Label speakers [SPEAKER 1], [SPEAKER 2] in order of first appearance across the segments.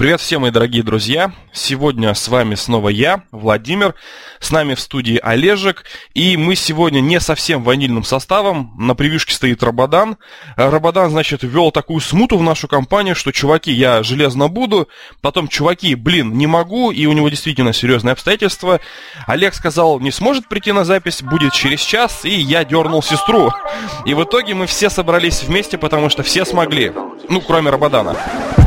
[SPEAKER 1] Привет всем, мои дорогие друзья. Сегодня с вами снова я, Владимир. С нами в студии Олежек. И мы сегодня не совсем ванильным составом. На превьюшке стоит Рабадан. Рабадан, значит, ввел такую смуту в нашу компанию, что, чуваки, я железно буду. Потом, чуваки, не могу. И у него действительно серьезные обстоятельства. Олег сказал, не сможет прийти на запись, будет через час. И я дернул сестру. И в итоге мы все собрались вместе, потому что все смогли. Ну, кроме Рабадана.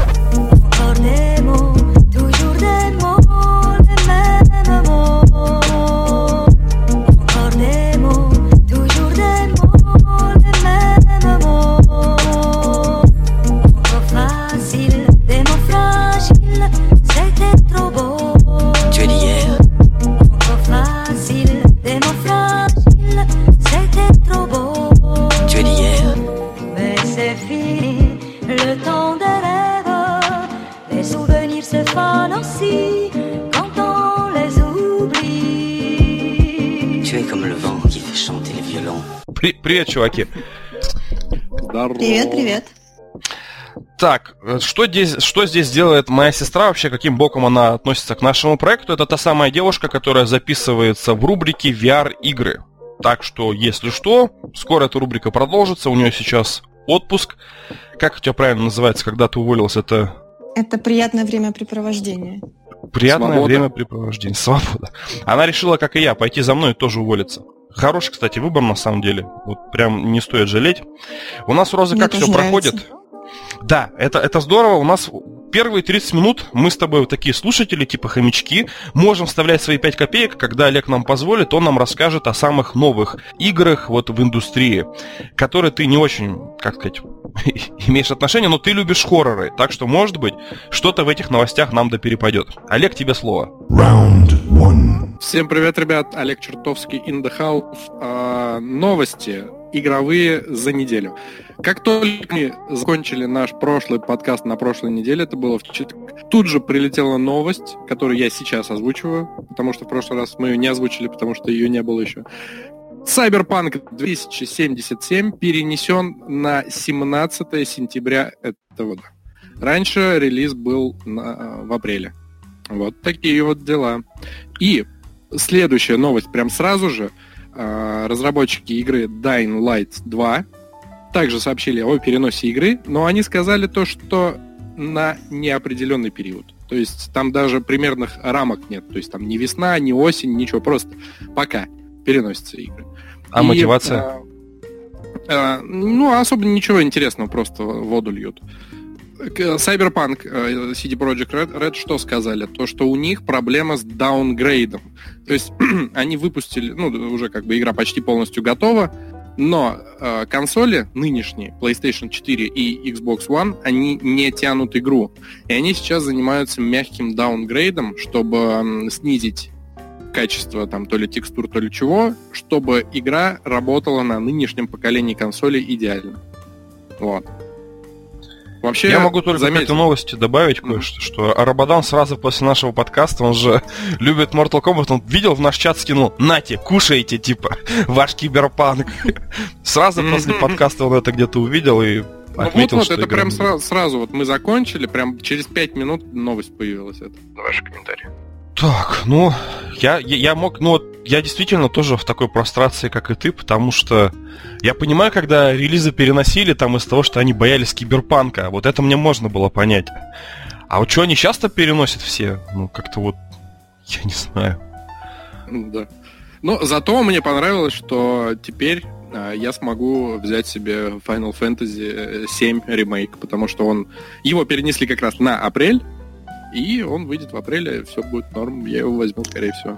[SPEAKER 1] Привет, чуваки.
[SPEAKER 2] Здорово.
[SPEAKER 3] Привет.
[SPEAKER 1] Так, что здесь делает моя сестра вообще, каким боком она относится к нашему проекту? Это та самая девушка, которая записывается в рубрике VR-игры. Так что, если что, скоро эта рубрика продолжится, у нее сейчас отпуск. Как у тебя правильно называется, когда ты уволился?
[SPEAKER 3] Это приятное времяпрепровождение.
[SPEAKER 1] Приятное времяпрепровождение, свобода. Она решила, как и я, пойти за мной и тоже уволиться. Хороший, кстати, выбор на самом деле. Вот прям не стоит жалеть. У нас, Роза, как все проходит? Да, это здорово. У нас первые 30 минут мы с тобой вот такие слушатели, типа хомячки, можем вставлять свои 5 копеек. Когда Олег нам позволит, он нам расскажет о самых новых играх вот в индустрии, которые ты не очень, как сказать, имеешь отношение, но ты любишь хорроры. Так что, может быть, что-то в этих новостях нам да перепадет. Олег, тебе слово.
[SPEAKER 2] Round one. Всем привет, ребят. Олег Чертовский in the house. Новости игровые за неделю. Как только мы закончили наш прошлый подкаст на прошлой неделе, это было в четверг, тут же прилетела новость, которую я сейчас озвучиваю, потому что в прошлый раз мы ее не озвучили, потому что ее не было еще. Cyberpunk 2077 перенесен на 17 сентября этого года. Раньше релиз был в апреле. Вот такие вот дела. И следующая новость прям сразу же. Разработчики игры Dying Light 2 также сообщили о переносе игры, но они сказали то, что на неопределенный период. То есть там даже примерных рамок нет. То есть там ни весна, ни осень, ничего. Просто пока переносятся игры.
[SPEAKER 1] А мотивация?
[SPEAKER 2] Особо ничего интересного, просто воду льют. Cyberpunk CD Projekt Red что сказали? То, что у них проблема с даунгрейдом. То есть они выпустили, уже как бы игра почти полностью готова, но консоли нынешние, PlayStation 4 и Xbox One, они не тянут игру. И они сейчас занимаются мягким даунгрейдом, чтобы снизить качество там то ли текстур, то ли чего, чтобы игра работала на нынешнем поколении консолей идеально. Вот. Вообще,
[SPEAKER 1] я могу только к этой новости добавить кое-что, что Рабадан сразу после нашего подкаста, он же любит Mortal Kombat, он видел в наш чат, скинул: нате, кушайте, типа, ваш киберпанк. Сразу после подкаста он это где-то увидел и отметил, что
[SPEAKER 2] это прям сразу, вот мы закончили, прям через 5 минут новость появилась. Это ваши комментарии.
[SPEAKER 1] Так, я действительно тоже в такой прострации, как и ты, потому что я понимаю, когда релизы переносили там из-за того, что они боялись киберпанка, вот это мне можно было понять. А вот что они часто переносят все, как-то вот, я не знаю.
[SPEAKER 2] Да. Но зато мне понравилось, что теперь я смогу взять себе Final Fantasy 7 ремейк, потому что его перенесли как раз на апрель, и он выйдет в апреле, все будет норм, я его возьму, скорее всего.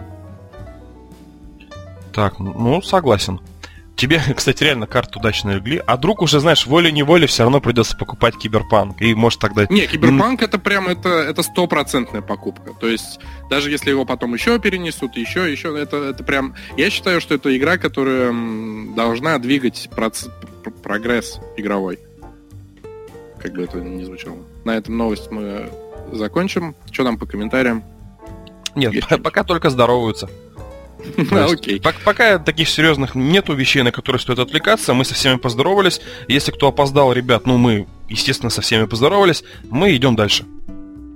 [SPEAKER 1] Так, согласен. Тебе, кстати, реально карты удачно легли. А вдруг уже, знаешь, волей-неволей все равно придется покупать Киберпанк. И может тогда...
[SPEAKER 2] Не, Киберпанк это прям, это стопроцентная покупка. То есть, даже если его потом еще перенесут, еще, это прям... Я считаю, что это игра, которая должна двигать прогресс игровой. Как бы это ни звучало. На этом новость мы закончим. Что там по комментариям?
[SPEAKER 1] Нет, пока только здороваются.
[SPEAKER 2] Окей.
[SPEAKER 1] Пока таких серьезных нету вещей, на которые стоит отвлекаться. Мы со всеми поздоровались. Если кто опоздал, ребят, мы, естественно, со всеми поздоровались. Мы идем дальше.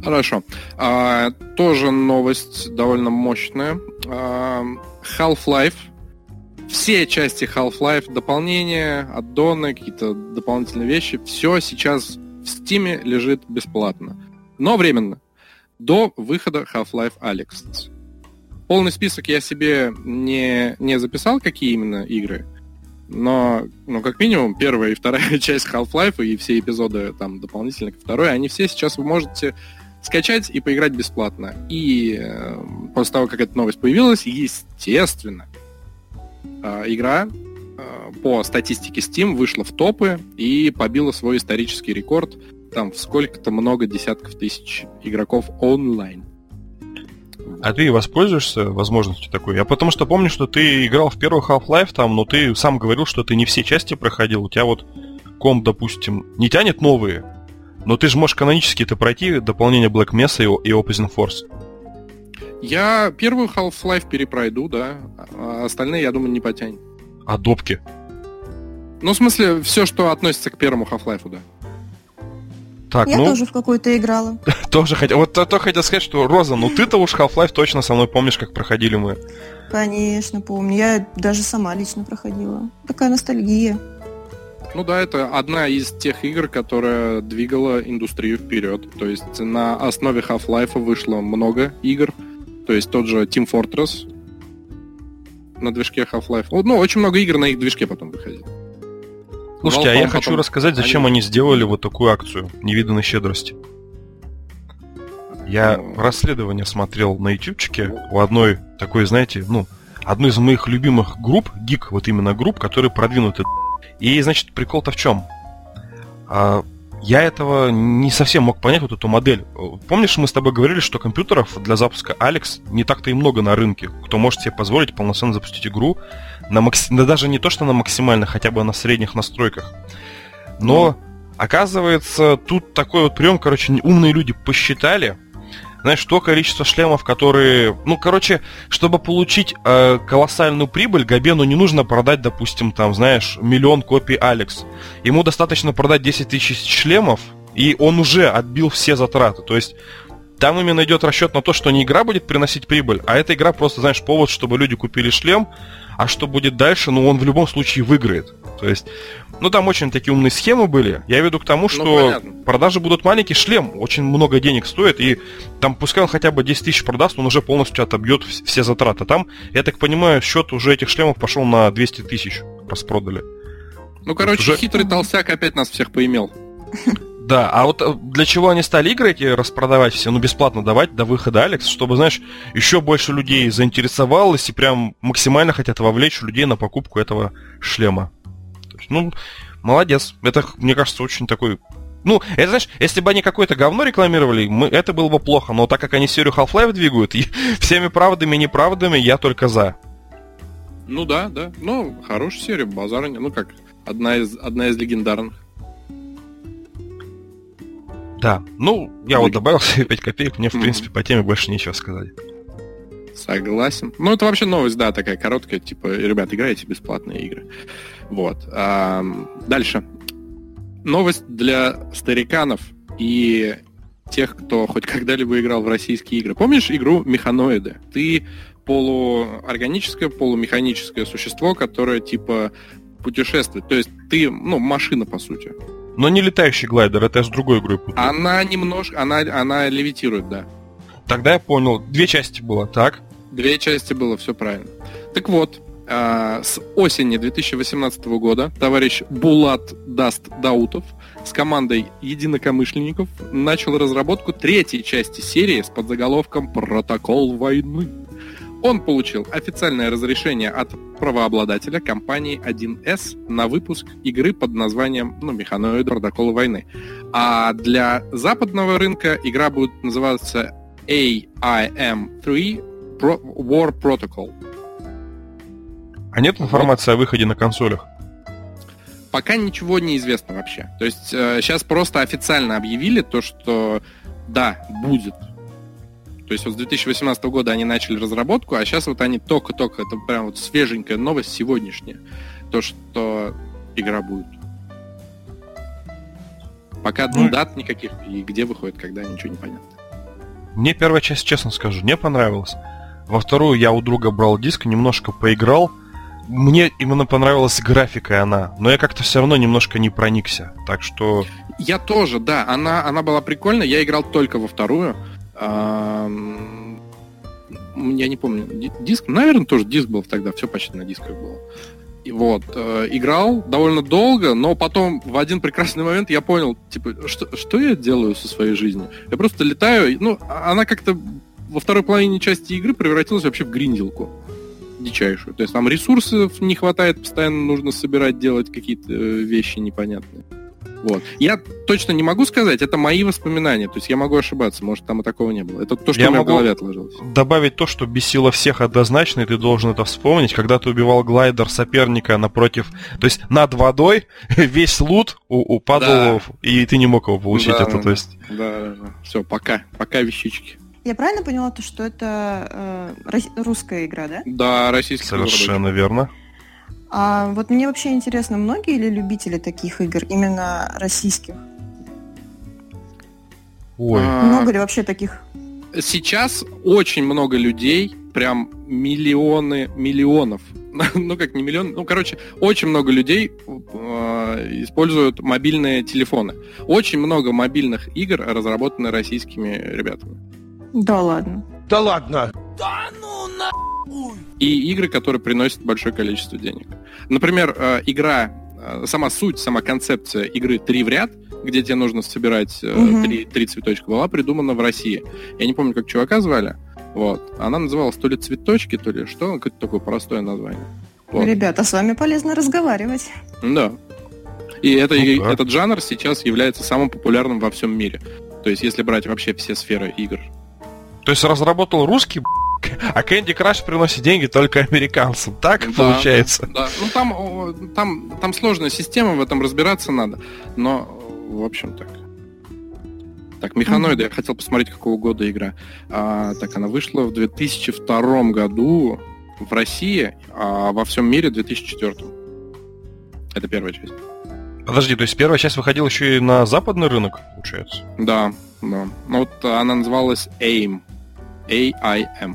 [SPEAKER 2] Хорошо. Тоже новость довольно мощная. Half-Life. Все части Half-Life, дополнения, аддоны, какие-то дополнительные вещи, все сейчас в Steam лежит бесплатно. Но временно. До выхода Half-Life Alyx. Полный список я себе не записал, какие именно игры. Но, как минимум, первая и вторая часть Half-Life и все эпизоды там дополнительно ко второй, они все сейчас вы можете скачать и поиграть бесплатно. И после того, как эта новость появилась, естественно, игра по статистике Steam вышла в топы и побила свой исторический рекорд. Там в сколько-то много десятков тысяч игроков онлайн.
[SPEAKER 1] А ты воспользуешься возможностью такой? Я потому что помню, что ты играл в первый Half-Life там, но ты сам говорил, что ты не все части проходил. У тебя вот комп, допустим, не тянет новые, но ты же можешь канонически-то пройти дополнение Black Mesa и Opposing Force.
[SPEAKER 2] Я первую Half-Life перепройду, да. А остальные, я думаю, не потянет.
[SPEAKER 1] А допки?
[SPEAKER 2] Ну, в смысле, все, что относится к первому Half-Life, да.
[SPEAKER 1] Так,
[SPEAKER 3] я тоже в какую-то играла.
[SPEAKER 1] Тоже хотел. Вот то хотел сказать, что, Роза, ты-то уж Half-Life точно со мной помнишь, как проходили мы.
[SPEAKER 3] Конечно, помню. Я даже сама лично проходила. Такая ностальгия.
[SPEAKER 2] Ну да, это одна из тех игр, которая двигала индустрию вперед. То есть на основе Half-Life вышло много игр. То есть тот же Team Fortress на движке Half-Life. Очень много игр на их движке потом выходило.
[SPEAKER 1] Слушайте, а я хочу рассказать, зачем они сделали вот такую акцию невиданной щедрости. Я расследование смотрел на ютубчике у одной такой, знаете, одной из моих любимых групп, гик, вот именно групп, которые продвинуты. И, значит, прикол-то в чем? Я этого не совсем мог понять, вот эту модель. Помнишь, мы с тобой говорили, что компьютеров для запуска Alyx не так-то и много на рынке, кто может себе позволить полноценно запустить игру, да даже не то, что на максимальных, хотя бы на средних настройках. Но, оказывается, тут такой вот прием, умные люди посчитали, знаешь, то количество шлемов, которые... чтобы получить колоссальную прибыль, Габену не нужно продать, допустим, там, знаешь, 1 миллион копий Alyx. Ему достаточно продать 10 тысяч шлемов, и он уже отбил все затраты. То есть там именно идет расчет на то, что не игра будет приносить прибыль, а эта игра просто, знаешь, повод, чтобы люди купили шлем, а что будет дальше, он в любом случае выиграет. То есть, там очень такие умные схемы были. Я веду к тому, что продажи будут маленькие, шлем очень много денег стоит, и там, пускай он хотя бы 10 тысяч продаст, он уже полностью отобьет все затраты. Там, я так понимаю, счет уже этих шлемов пошел на 200 тысяч, распродали.
[SPEAKER 2] Уже... хитрый толстяк опять нас всех поимел.
[SPEAKER 1] Да, а вот для чего они стали игры эти распродавать все, бесплатно давать до выхода Alyx, чтобы, знаешь, еще больше людей заинтересовалось и прям максимально хотят вовлечь людей на покупку этого шлема. То есть, молодец. Это, мне кажется, очень такой... это, знаешь, если бы они какое-то говно рекламировали, это было бы плохо, но так как они серию Half-Life двигают, и всеми правдами и неправдами я только за.
[SPEAKER 2] Да. Хорошая серия, базара нет. Одна из легендарных.
[SPEAKER 1] Да, я вот добавил себе 5 копеек, мне, в принципе, по теме больше нечего сказать.
[SPEAKER 2] Согласен. Это вообще новость, да, такая короткая, типа, ребят, играйте бесплатные игры. Вот. Дальше. Новость для стариканов и тех, кто хоть когда-либо играл в российские игры. Помнишь игру «Механоиды»? Ты полуорганическое, полумеханическое существо, которое, типа, путешествует. То есть ты, машина, по сути.
[SPEAKER 1] Но не летающий глайдер, это я с другой игрой путаю.
[SPEAKER 2] Она немножко... Она левитирует, да.
[SPEAKER 1] Тогда я понял. 2 части было, так?
[SPEAKER 2] 2 части было, все правильно. Так вот, с осени 2018 года товарищ Булат Даст Даутов с командой единокомышленников начал разработку 3-й части серии с подзаголовком «Протокол войны». Он получил официальное разрешение от правообладателя компании 1С на выпуск игры под названием «Механоид. Протокол войны». А для западного рынка игра будет называться AIM-3 War Protocol.
[SPEAKER 1] А нет информации о выходе на консолях?
[SPEAKER 2] Пока ничего не известно вообще. То есть сейчас просто официально объявили то, что да, будет. То есть вот с 2018 года они начали разработку, а сейчас вот они только-только, это прям вот свеженькая новость сегодняшняя, то, что игра будет. Пока дат никаких, и где выходит, когда, ничего не понятно.
[SPEAKER 1] Мне первая часть, честно скажу, не понравилась. Во вторую я у друга брал диск, немножко поиграл. Мне именно понравилась графика она, но я как-то все равно немножко не проникся. Так что...
[SPEAKER 2] Я тоже, да. Она была прикольная. Я играл только во вторую. Я не помню. Диск? Наверное, тоже диск был тогда. Все почти на дисках было. И вот. Играл довольно долго, но потом в один прекрасный момент я понял, типа, что я делаю со своей жизнью? Я просто летаю. Ну, она как-то во второй половине части игры превратилась вообще в гринделку дичайшую. То есть там ресурсов не хватает, постоянно нужно собирать, делать какие-то вещи непонятные. Вот. Я точно не могу сказать, это мои воспоминания, то есть я могу ошибаться, может там и такого не было. Это то, что у меня в голове отложилось.
[SPEAKER 1] Добавить то, что бесило всех однозначно, и ты должен это вспомнить, когда ты убивал глайдер соперника напротив, то есть над водой, весь лут упадал, да. И ты не мог его получить.
[SPEAKER 2] Да,
[SPEAKER 1] это, то есть...
[SPEAKER 2] Да. Все, пока вещички.
[SPEAKER 3] Я правильно поняла, то, что это русская игра, да?
[SPEAKER 2] Да, российская.
[SPEAKER 1] Совершенно верно.
[SPEAKER 3] А вот мне вообще интересно, многие ли любители таких игр, именно российских?
[SPEAKER 1] Ой.
[SPEAKER 3] Много ли вообще таких?
[SPEAKER 2] Сейчас очень много людей, прям миллионов. Ну, как не миллион, ну, короче, очень много людей используют мобильные телефоны. Очень много мобильных игр разработаны российскими ребятами.
[SPEAKER 3] Да ладно.
[SPEAKER 4] Да ладно!
[SPEAKER 5] Да ну нахуй!
[SPEAKER 2] И игры, которые приносят большое количество денег. Например, игра, сама концепция игры 3 в ряд, где тебе нужно собирать 3 цветочка, была придумана в России. Я не помню, как чувака звали. Вот. Она называлась то ли «Цветочки», то ли что, какое-то такое простое название. Вот.
[SPEAKER 3] Ребята, с вами полезно разговаривать.
[SPEAKER 2] Да. И этот жанр сейчас является самым популярным во всем мире. То есть, если брать вообще все сферы игр.
[SPEAKER 1] То есть разработал русский, а Candy Crush приносит деньги только американцам. Так да, получается?
[SPEAKER 2] Да. Ну, там сложная система, в этом разбираться надо. Но, в общем, так. Так, Механоиды, я хотел посмотреть, какого года игра. Так, она вышла в 2002 году в России, а во всем мире в 2004. Это первая часть.
[SPEAKER 1] Подожди, то есть первая часть выходила еще и на западный рынок, получается?
[SPEAKER 2] Да. Ну вот она называлась AIM. AIM.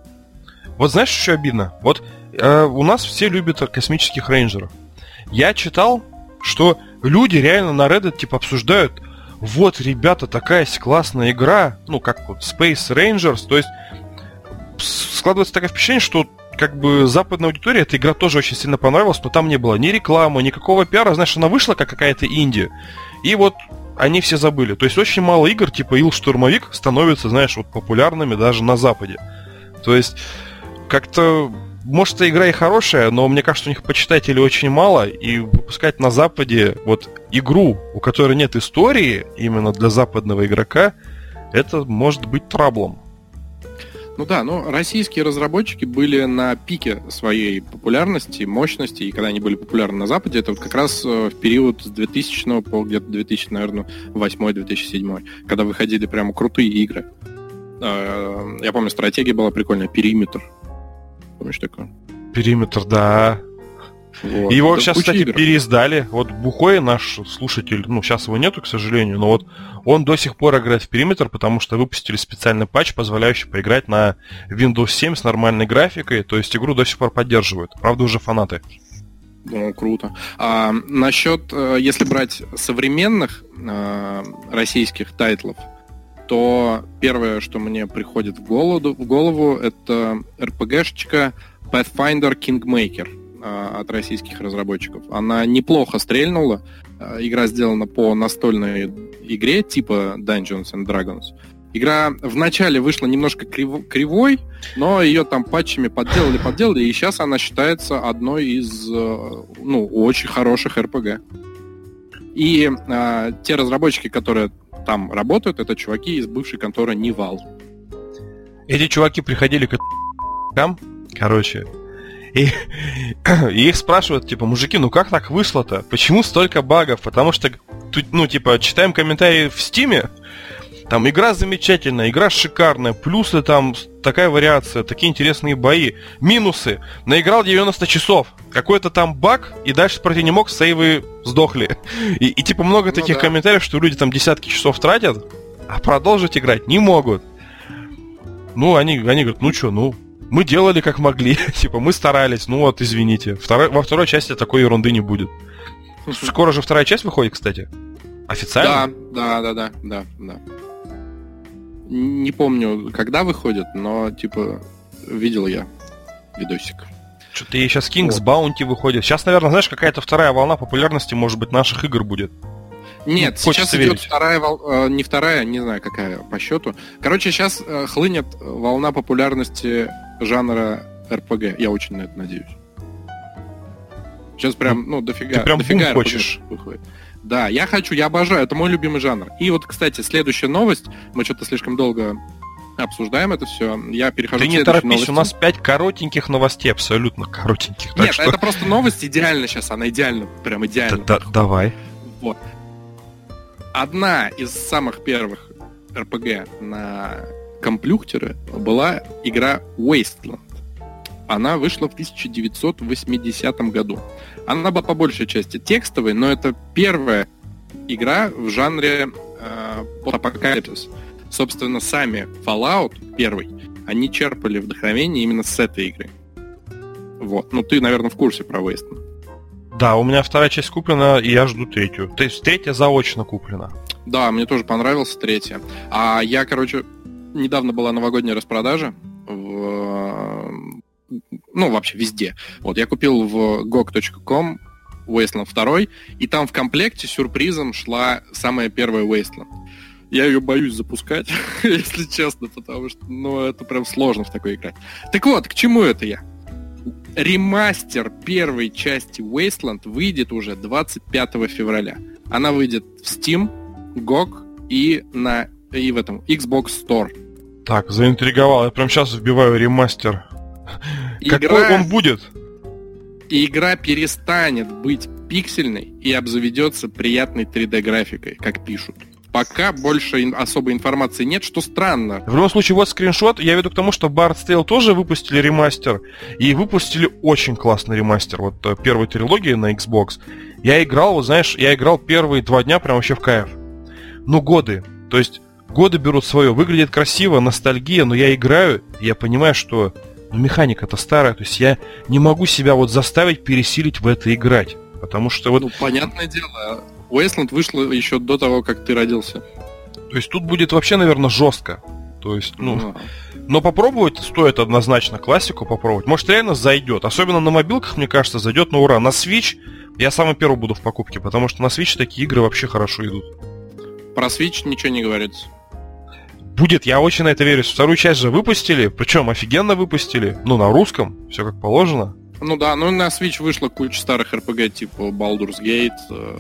[SPEAKER 1] Вот знаешь, что обидно? Вот у нас все любят космических рейнджеров. Я читал, что люди реально на Reddit типа обсуждают: вот, ребята, такая классная игра, ну, как вот Space Rangers, то есть складывается такое впечатление, что как бы западная аудитория, эта игра тоже очень сильно понравилась, но там не было ни рекламы, никакого пиара, знаешь, она вышла как какая-то инди, и вот они все забыли. То есть очень мало игр, типа Ил-Штурмовик, становятся, знаешь, вот популярными даже на Западе. То есть как-то, может, эта игра и хорошая, но мне кажется, у них почитателей очень мало, и выпускать на Западе вот игру, у которой нет истории, именно для западного игрока, это может быть траблом.
[SPEAKER 2] Ну да, российские разработчики были на пике своей популярности, мощности, и когда они были популярны на Западе, это вот как раз в период с 2000 по где-то 2008-2007, когда выходили прямо крутые игры. Я помню, стратегия была прикольная, Периметр. Помнишь такое?
[SPEAKER 1] Периметр, да. Вот. Его да, сейчас, кстати, переиздали. Вот Бухой, наш слушатель, сейчас его нету, к сожалению, но вот он до сих пор играет в Периметр, потому что выпустили специальный патч, позволяющий поиграть на Windows 7 с нормальной графикой, то есть игру до сих пор поддерживают. Правда, уже фанаты.
[SPEAKER 2] Ну, круто. Насчет, если брать современных российских тайтлов, то первое, что мне приходит в голову, это RPG-шечка Pathfinder Kingmaker от российских разработчиков. Она неплохо стрельнула. Игра сделана по настольной игре типа Dungeons and Dragons. Игра вначале вышла немножко кривой, но ее там патчами подделали, и сейчас она считается одной из очень хороших RPG. И те разработчики, которые там работают, это чуваки из бывшей конторы Nival.
[SPEAKER 1] Эти чуваки приходили к и их спрашивают, типа, мужики, как так вышло-то? Почему столько багов? Потому что, читаем комментарии в Стиме, там игра замечательная, игра шикарная, плюсы там, такая вариация, такие интересные бои. Минусы: наиграл 90 часов, какой-то там баг, и дальше пройти не мог, сейвы сдохли. И много таких комментариев, что люди там десятки часов тратят, а продолжить играть не могут. Ну, они говорят, ну что, ну, мы делали как могли, типа, мы старались, ну вот, извините. Во второй части такой ерунды не будет. Скоро же вторая часть выходит, кстати. Официально?
[SPEAKER 2] Да. Не помню, когда выходит, но, типа, видел я видосик.
[SPEAKER 1] Что-то и сейчас King's Bounty выходит. Сейчас, наверное, знаешь, какая-то вторая волна популярности, может быть, наших игр будет.
[SPEAKER 2] Нет,
[SPEAKER 1] ну,
[SPEAKER 2] сейчас идет вторая волна, не вторая, не знаю, какая по счету. Короче, сейчас хлынет волна популярности жанра RPG. Я очень на это надеюсь. Сейчас прям, дофига.
[SPEAKER 1] Ты прям
[SPEAKER 2] дофига
[SPEAKER 1] бум хочешь.
[SPEAKER 2] Выходит. Да, я обожаю, это мой любимый жанр. И вот, кстати, следующая новость, мы что-то слишком долго обсуждаем это все. Я перехожу
[SPEAKER 1] к следующей новости. Ты не торопись, у нас 5 коротеньких новостей, абсолютно коротеньких.
[SPEAKER 2] Нет, что... это просто новость идеально сейчас, она идеально, прям идеально.
[SPEAKER 1] Давай.
[SPEAKER 2] Вот. Одна из самых первых RPG на компьютере была игра Wasteland. Она вышла в 1980 году. Она была по большей части текстовой, но это первая игра в жанре постапокалипсис. Собственно, сами Fallout первый, они черпали вдохновение именно с этой игры. Вот. Ну, ты, наверное, в курсе про Wasteland.
[SPEAKER 1] Да, у меня вторая часть куплена, и я жду третью. То есть третья заочно куплена.
[SPEAKER 2] Да, мне тоже понравилась третья. А я, недавно была новогодняя распродажа вообще везде. Вот, я купил в GOG.com Wasteland 2, и там в комплекте сюрпризом шла самая первая Wasteland. Я ее боюсь запускать, если честно, потому что, это прям сложно в такой играть. Так вот, к чему это я? Ремастер первой части Wasteland выйдет уже 25 февраля. Она выйдет в Steam, GOG и в этом Xbox Store.
[SPEAKER 1] Так, заинтриговал. Я прям сейчас вбиваю ремастер. Какой он будет?
[SPEAKER 2] Игра перестанет быть пиксельной и обзаведется приятной 3D-графикой, как пишут. Пока больше особой информации нет, что странно.
[SPEAKER 1] В любом случае, вот скриншот. Я веду к тому, что Bard's Tale тоже выпустили ремастер. И выпустили очень классный ремастер. Вот первой трилогии на Xbox. Я играл, первые 2 дня прям вообще в кайф. Годы. То есть, годы берут свое. Выглядит красиво, ностальгия, но я играю, и я понимаю, что механика-то старая. То есть, я не могу себя заставить пересилить в это играть. Потому что
[SPEAKER 2] понятное дело, Wasteland вышла еще до того, как ты родился.
[SPEAKER 1] То есть тут будет вообще, наверное, жестко. То есть, но попробовать стоит однозначно классику попробовать. Может, реально зайдет. Особенно на мобилках, мне кажется, зайдет на ура. На Switch я самый первый буду в покупке, потому что на Switch такие игры вообще хорошо идут.
[SPEAKER 2] Про Switch ничего не говорится.
[SPEAKER 1] Будет, я очень на это верю. Вторую часть же выпустили, причем офигенно выпустили. На русском, все как положено.
[SPEAKER 2] На Switch вышла куча старых RPG, типа Baldur's Gate,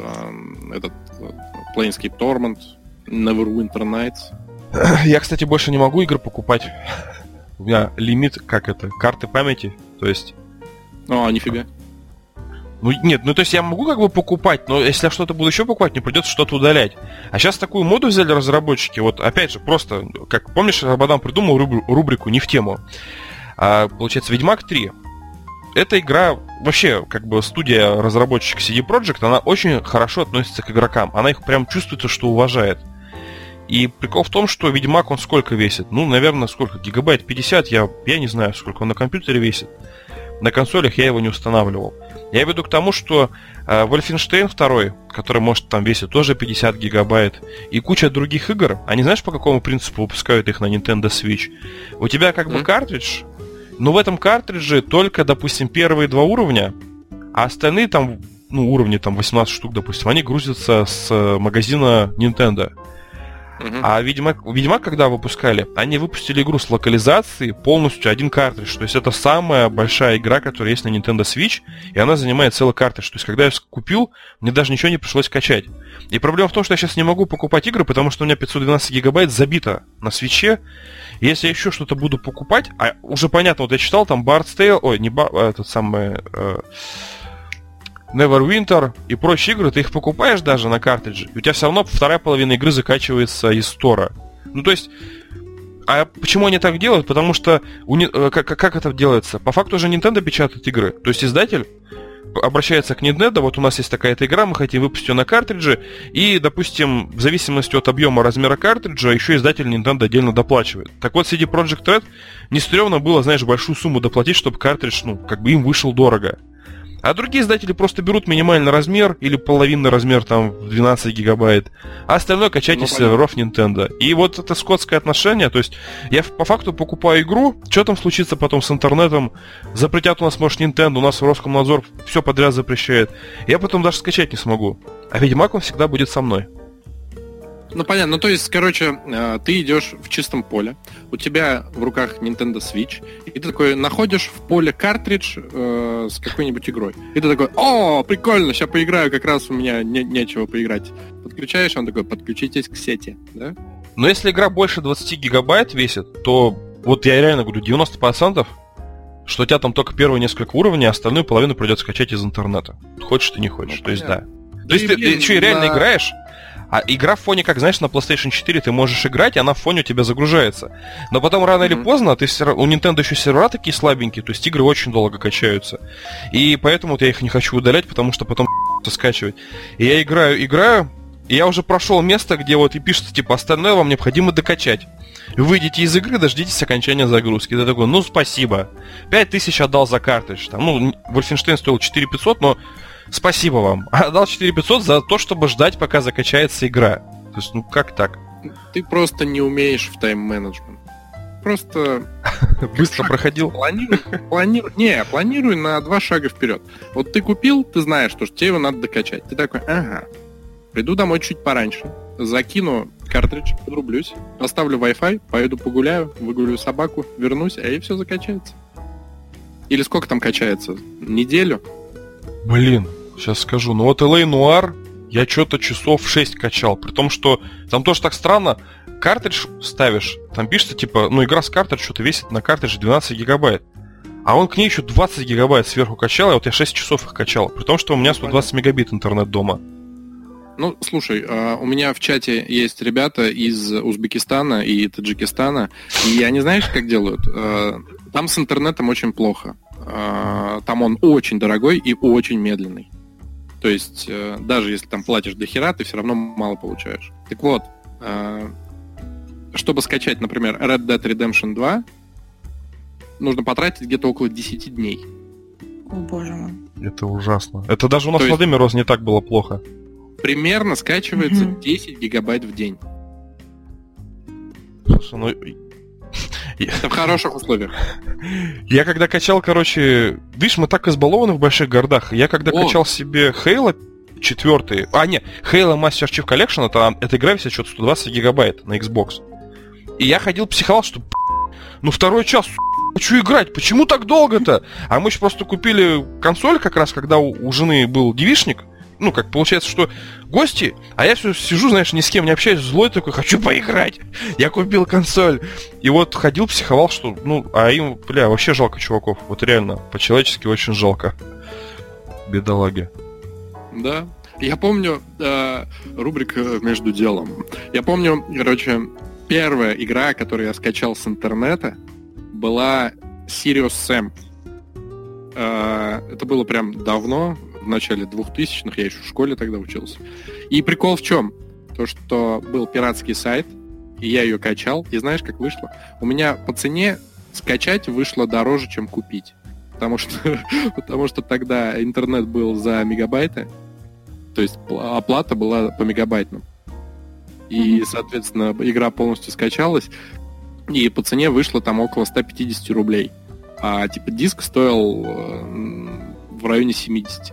[SPEAKER 2] Planescape Torment, Neverwinter Nights.
[SPEAKER 1] Я, кстати, больше не могу игры покупать. У меня лимит, карты памяти, то есть...
[SPEAKER 2] нифига.
[SPEAKER 1] Нет, то есть я могу покупать, но если я что-то буду еще покупать, мне придется что-то удалять. А сейчас такую моду взяли разработчики, опять же, просто, как помнишь, Бадан придумал рубрику «Не в тему». Получается, Ведьмак 3. Эта игра, вообще, студия разработчик CD Projekt, она очень хорошо относится к игрокам. Она их прям чувствуется, что уважает. И прикол в том, что Ведьмак, он сколько весит? Наверное, сколько? Гигабайт 50? Я не знаю, сколько он на компьютере весит. На консолях я его не устанавливал. Я веду к тому, что Wolfenstein 2, который может там весить тоже 50 гигабайт, и куча других игр, они знаешь, по какому принципу выпускают их на Nintendo Switch? У тебя картридж, но в этом картридже только, допустим, первые 2 уровня, а остальные там, уровни там 18 штук, допустим, они грузятся с магазина Nintendo. А Ведьмак, когда выпускали, они выпустили игру с локализацией полностью один картридж. То есть это самая большая игра, которая есть на Nintendo Switch, и она занимает целый картридж. То есть когда я купил, мне даже ничего не пришлось качать. И проблема в том, что я сейчас не могу покупать игры, потому что у меня 512 гигабайт забито на Switch'е. Если я еще что-то буду покупать, а уже понятно, я читал там Bard's Tale, Neverwinter и прочие игры, ты их покупаешь даже на картридже, и у тебя все равно вторая половина игры закачивается из стора. То есть, а почему они так делают? Потому что, как это делается? По факту же Nintendo печатает игры. То есть издатель обращается к Nintendo, вот у нас есть такая-то игра, мы хотим выпустить ее на картридже, и, допустим, в зависимости от объема размера картриджа, еще издатель Nintendo отдельно доплачивает. Так вот, CD Projekt Red не стрёмно было, знаешь, большую сумму доплатить, чтобы картридж, им вышел дорого. А другие издатели просто берут минимальный размер или половинный размер, там, в 12 гигабайт, а остальное качать из серверов Nintendo. И вот это скотское отношение, то есть я по факту покупаю игру, что там случится потом с интернетом, запретят у нас, может, Nintendo, у нас Роскомнадзор все подряд запрещает, я потом даже скачать не смогу. А Ведьмак, он всегда будет со мной.
[SPEAKER 2] Ну, понятно. То есть, короче, ты идешь в чистом поле, у тебя в руках Nintendo Switch, и ты такой находишь в поле картридж с какой-нибудь игрой. И ты такой: о, прикольно, сейчас поиграю, как раз у меня нечего поиграть. Подключаешь, он такой: подключитесь к сети, да?
[SPEAKER 1] Но если игра больше 20 гигабайт весит, то вот я реально говорю, 90%, что у тебя там только первые несколько уровней, а остальную половину придется скачать из интернета. Хочешь ты, не хочешь. То есть, да. То есть ты что, и реально играешь? А игра в фоне, как, знаешь, на PlayStation 4 ты можешь играть, и она в фоне у тебя загружается. Но потом рано или поздно у Nintendo еще сервера такие слабенькие, то есть игры очень долго качаются. И поэтому вот я их не хочу удалять, потому что потом скачивать. И я играю, и я уже прошел место, где вот и пишется, типа, остальное вам необходимо докачать. Выйдите из игры, дождитесь окончания загрузки. Ты такой: ну, спасибо. 5000 отдал за картридж. Там, Wolfenstein стоил 4500, но спасибо вам. Отдал 4500 за то, чтобы ждать, пока закачается игра. То есть, как так?
[SPEAKER 2] Ты просто не умеешь в тайм-менеджмент. Просто...
[SPEAKER 1] Быстро проходил?
[SPEAKER 2] Планируй на 2 шага вперед. Вот ты купил, ты знаешь, что тебе его надо докачать. Ты такой: ага, приду домой чуть пораньше, закину картридж, подрублюсь, поставлю Wi-Fi, поеду погуляю, выгулю собаку, вернусь, и все закачается. Или сколько там качается? Неделю?
[SPEAKER 1] Блин, сейчас скажу. Ну вот LA Noire я что-то часов 6 качал. При том, что там тоже так странно. Картридж ставишь, там пишется, типа, игра с картридж что-то весит на картридже 12 гигабайт. А он к ней еще 20 гигабайт сверху качал, и вот я 6 часов их качал. При том, что у меня 120 мегабит интернет дома.
[SPEAKER 2] Ну, слушай, у меня в чате есть ребята из Узбекистана и Таджикистана, и они, знаешь, как делают? Там с интернетом очень плохо. Там он очень дорогой и очень медленный. То есть, даже если там платишь до хера, ты все равно мало получаешь. Так вот, чтобы скачать, например, Red Dead Redemption 2, нужно потратить где-то около 10 дней.
[SPEAKER 3] О, боже мой.
[SPEAKER 1] Это ужасно. Это даже у нас на Деме не так было плохо.
[SPEAKER 2] Примерно скачивается 10 гигабайт в день.
[SPEAKER 1] Слушай,
[SPEAKER 2] это в хороших условиях.
[SPEAKER 1] Я когда качал, видишь, мы так избалованы в больших городах. Я когда качал себе Halo 4, Halo Master Chief Collection, эта игра весит что-то 120 гигабайт на Xbox. И я ходил, психовал, что второй час, хочу играть, почему так долго-то? А мы еще просто купили консоль как раз, когда у жены был девичник. Как получается, что гости, а я все сижу, знаешь, ни с кем не общаюсь, злой такой, хочу поиграть. Я купил консоль. И вот ходил, психовал, что, а им, вообще жалко чуваков. Вот реально, по-человечески очень жалко. Бедолаги.
[SPEAKER 2] Да. Я помню, рубрика «Между делом». Я помню, первая игра, которую я скачал с интернета, была Serious Sam. Это было прям давно, в начале 2000-х, я еще в школе тогда учился. И прикол в чем? То, что был пиратский сайт, и я ее качал, и знаешь, как вышло? У меня по цене скачать вышло дороже, чем купить. Потому что тогда интернет был за мегабайты, то есть оплата была по мегабайтам. И, соответственно, игра полностью скачалась, и по цене вышло там около 150 рублей. А диск стоил в районе 70.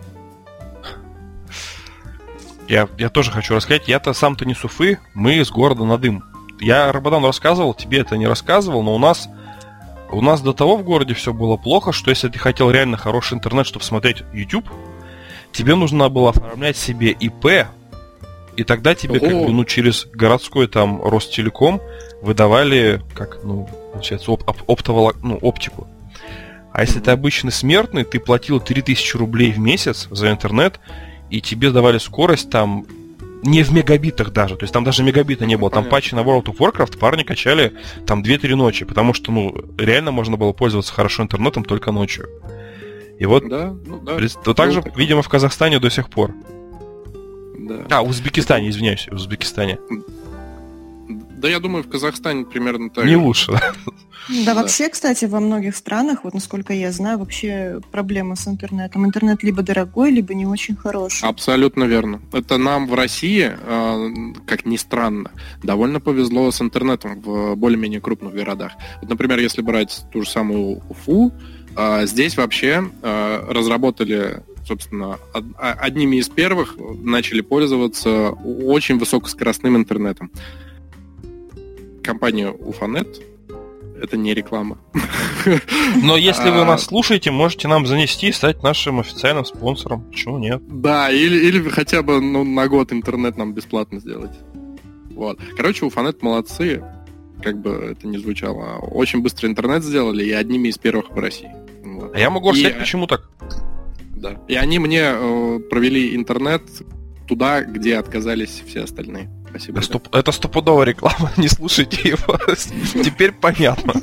[SPEAKER 1] Я тоже хочу рассказать. Я-то сам-то не с Уфы, мы из города Надым. Я Рабадану рассказывал, тебе это не рассказывал, но у нас до того в городе все было плохо, что если ты хотел реально хороший интернет, чтобы смотреть YouTube, тебе нужно было оформлять себе ИП, и тогда тебе через городской там Ростелеком выдавали получается оптику. А если ты обычный смертный, ты платил 3000 рублей в месяц за интернет, и тебе давали скорость там не в мегабитах даже, то есть там даже мегабита не было. Там патчи на World of Warcraft парни качали там 2-3 ночи, потому что реально можно было пользоваться хорошо интернетом только ночью. И вот,
[SPEAKER 2] да.
[SPEAKER 1] также, видимо, в Казахстане до сих пор.
[SPEAKER 2] Да.
[SPEAKER 1] В Узбекистане, извиняюсь, в Узбекистане.
[SPEAKER 2] Да, я думаю, в Казахстане примерно так.
[SPEAKER 1] Не лучше, да?
[SPEAKER 3] Да, вообще, кстати, во многих странах, вот насколько я знаю, вообще проблема с интернетом. Интернет либо дорогой, либо не очень хороший.
[SPEAKER 2] Абсолютно верно. Это нам в России, как ни странно, довольно повезло с интернетом в более-менее крупных городах. Вот, например, если брать ту же самую Уфу, здесь вообще разработали, собственно, одними из первых начали пользоваться очень высокоскоростным интернетом. Компания Уфанет. Это не реклама.
[SPEAKER 1] Но если вы нас слушаете, можете нам занести и стать нашим официальным спонсором. Почему нет?
[SPEAKER 2] Да, или хотя бы на год интернет нам бесплатно сделать. Вот. Короче, Уфанет молодцы. Как бы это ни звучало. Очень быстро интернет сделали и одними из первых в России. Вот.
[SPEAKER 1] А я могу рассказать, почему так?
[SPEAKER 2] Да. И они мне провели интернет туда, где отказались все остальные. Спасибо.
[SPEAKER 1] Это стопудовая реклама, не слушайте его. Теперь понятно.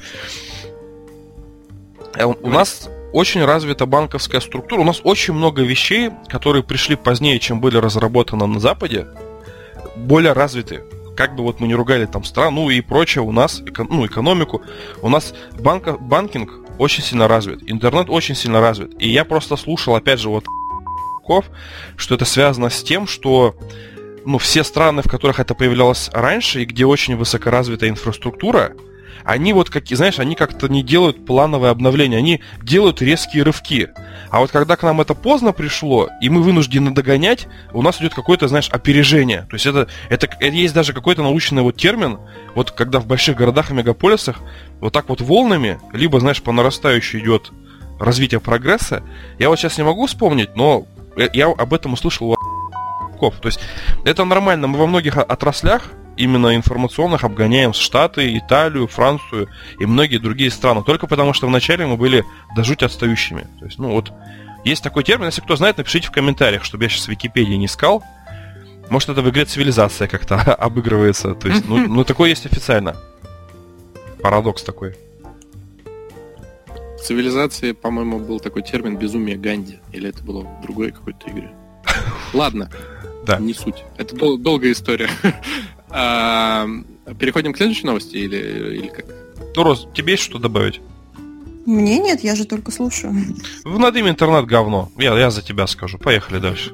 [SPEAKER 1] У нас очень развита банковская структура. У нас очень много вещей, которые пришли позднее, чем были разработаны на Западе, более развиты. Как бы вот мы не ругали там страну и прочее, у нас, экономику, у нас банкинг очень сильно развит, интернет очень сильно развит. И я просто слушал, опять же, что это связано с тем, что все страны, в которых это появлялось раньше, и где очень высокоразвитая инфраструктура, они они как-то не делают плановое обновление, они делают резкие рывки. А вот когда к нам это поздно пришло, и мы вынуждены догонять, у нас идет какое-то, опережение. То есть это есть даже какой-то научный термин, вот когда в больших городах и мегаполисах вот так вот волнами, либо, по нарастающей идет развитие прогресса. Я вот сейчас не могу вспомнить, но я об этом услышал. То есть это нормально. Мы во многих отраслях, именно информационных, обгоняем Штаты, Италию, Францию и многие другие страны. Только потому, что вначале мы были до жути отстающими. То есть, есть такой термин. Если кто знает, напишите в комментариях, чтобы я сейчас в Википедии не искал. Может, это в игре «Цивилизация» как-то обыгрывается. То есть, такое есть официально. Парадокс такой.
[SPEAKER 2] В «Цивилизации», по-моему, был такой термин «безумие Ганди». Или это было в другой какой-то игре? Ладно.
[SPEAKER 1] Да.
[SPEAKER 2] Не суть. Это долгая история. Переходим к следующей новости или как?
[SPEAKER 1] Рос, тебе есть что добавить?
[SPEAKER 3] Мне нет, я же только слушаю.
[SPEAKER 1] Над им интернет говно. Я за тебя скажу. Поехали дальше.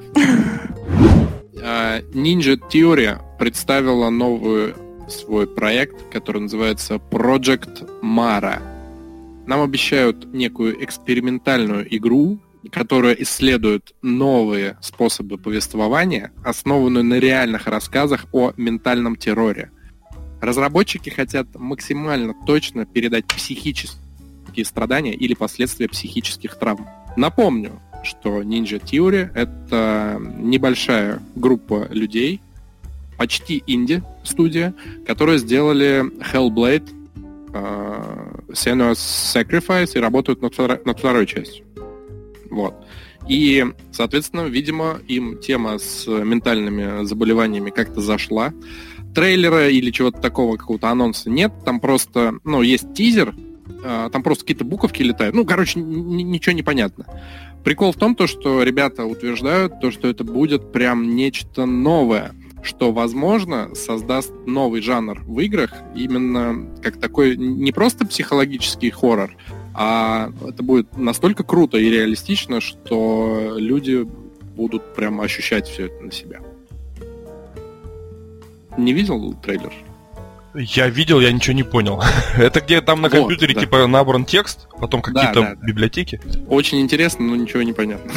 [SPEAKER 2] Ninja Theory представила новый свой проект, который называется Project Mara. Нам обещают некую экспериментальную игру, которая исследует новые способы повествования, основанную на реальных рассказах о ментальном терроре. Разработчики хотят максимально точно передать психические страдания или последствия психических травм. Напомню, что Ninja Theory — это небольшая группа людей, почти инди-студия, которые сделали Hellblade, Senua's Sacrifice и работают над второй частью. Вот. И, соответственно, видимо, им тема с ментальными заболеваниями как-то зашла. Трейлера или чего-то такого, какого-то анонса нет. Там просто, есть тизер, там просто какие-то буковки летают. Ничего не понятно. Прикол в том, что ребята утверждают, что это будет прям нечто новое, что, возможно, создаст новый жанр в играх, именно как такой не просто психологический хоррор, а это будет настолько круто и реалистично, что люди будут прям ощущать все это на себя. Не видел трейлер?
[SPEAKER 1] Я видел, я ничего не понял. Это где там на компьютере типа набран текст, потом какие-то библиотеки?
[SPEAKER 2] Очень интересно, но ничего не понятно.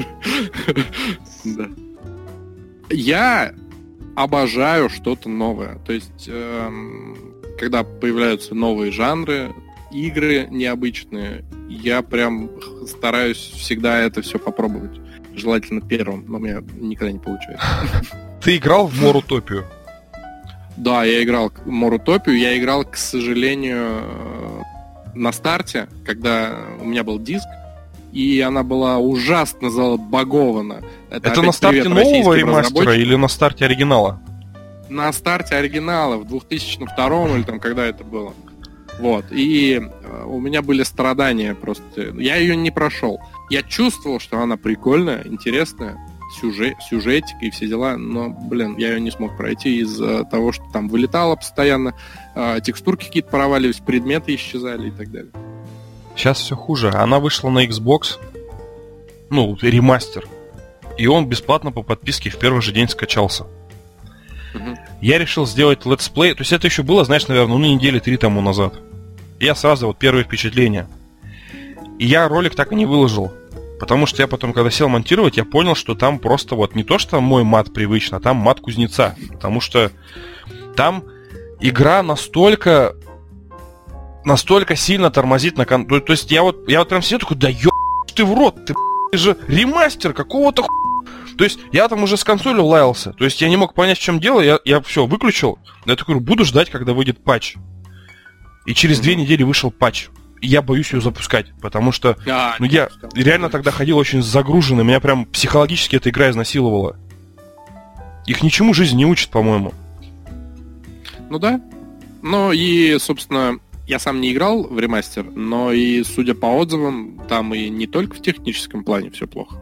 [SPEAKER 2] Я обожаю что-то новое. То есть, когда появляются новые жанры, игры необычные, я прям стараюсь всегда это все попробовать. Желательно первым, но у меня никогда не получается.
[SPEAKER 1] Ты играл в Морутопию?
[SPEAKER 2] Да, я играл в Морутопию. Я играл, к сожалению, на старте, когда у меня был диск, и она была ужасно забагована.
[SPEAKER 1] Это на старте нового ремастера или на старте оригинала?
[SPEAKER 2] На старте оригинала, в 2002 или там когда это было. Вот. И у меня были страдания просто. Я ее не прошел. Я чувствовал, что она прикольная, интересная, сюжетик и все дела, но, я ее не смог пройти из-за того, что там вылетало постоянно, текстурки какие-то проваливались, предметы исчезали и так далее.
[SPEAKER 1] Сейчас все хуже. Она вышла на Xbox, ремастер, и он бесплатно по подписке в первый же день скачался. Я решил сделать летсплей, то есть это еще было, знаешь, наверное, недели 3 тому назад. Я сразу первые впечатления. И я ролик так и не выложил. Потому что я потом, когда сел монтировать, я понял, что там просто не то, что мой мат привычно, а там мат кузнеца. Потому что там игра настолько сильно тормозит на То есть я прям сидел такой, да ты в рот, ты же ремастер какого-то То есть я там уже с консолью лаялся. То есть я не мог понять, в чем дело, я все выключил. Я такой, буду ждать, когда выйдет патч. И через 2 недели вышел патч. И я боюсь ее запускать, потому что я реально тогда ходил очень загруженный, меня прям психологически эта игра изнасиловала. Их ничему жизнь не учит, по-моему.
[SPEAKER 2] Ну да. Ну и, собственно, я сам не играл в ремастер, но и, судя по отзывам, там и не только в техническом плане все плохо.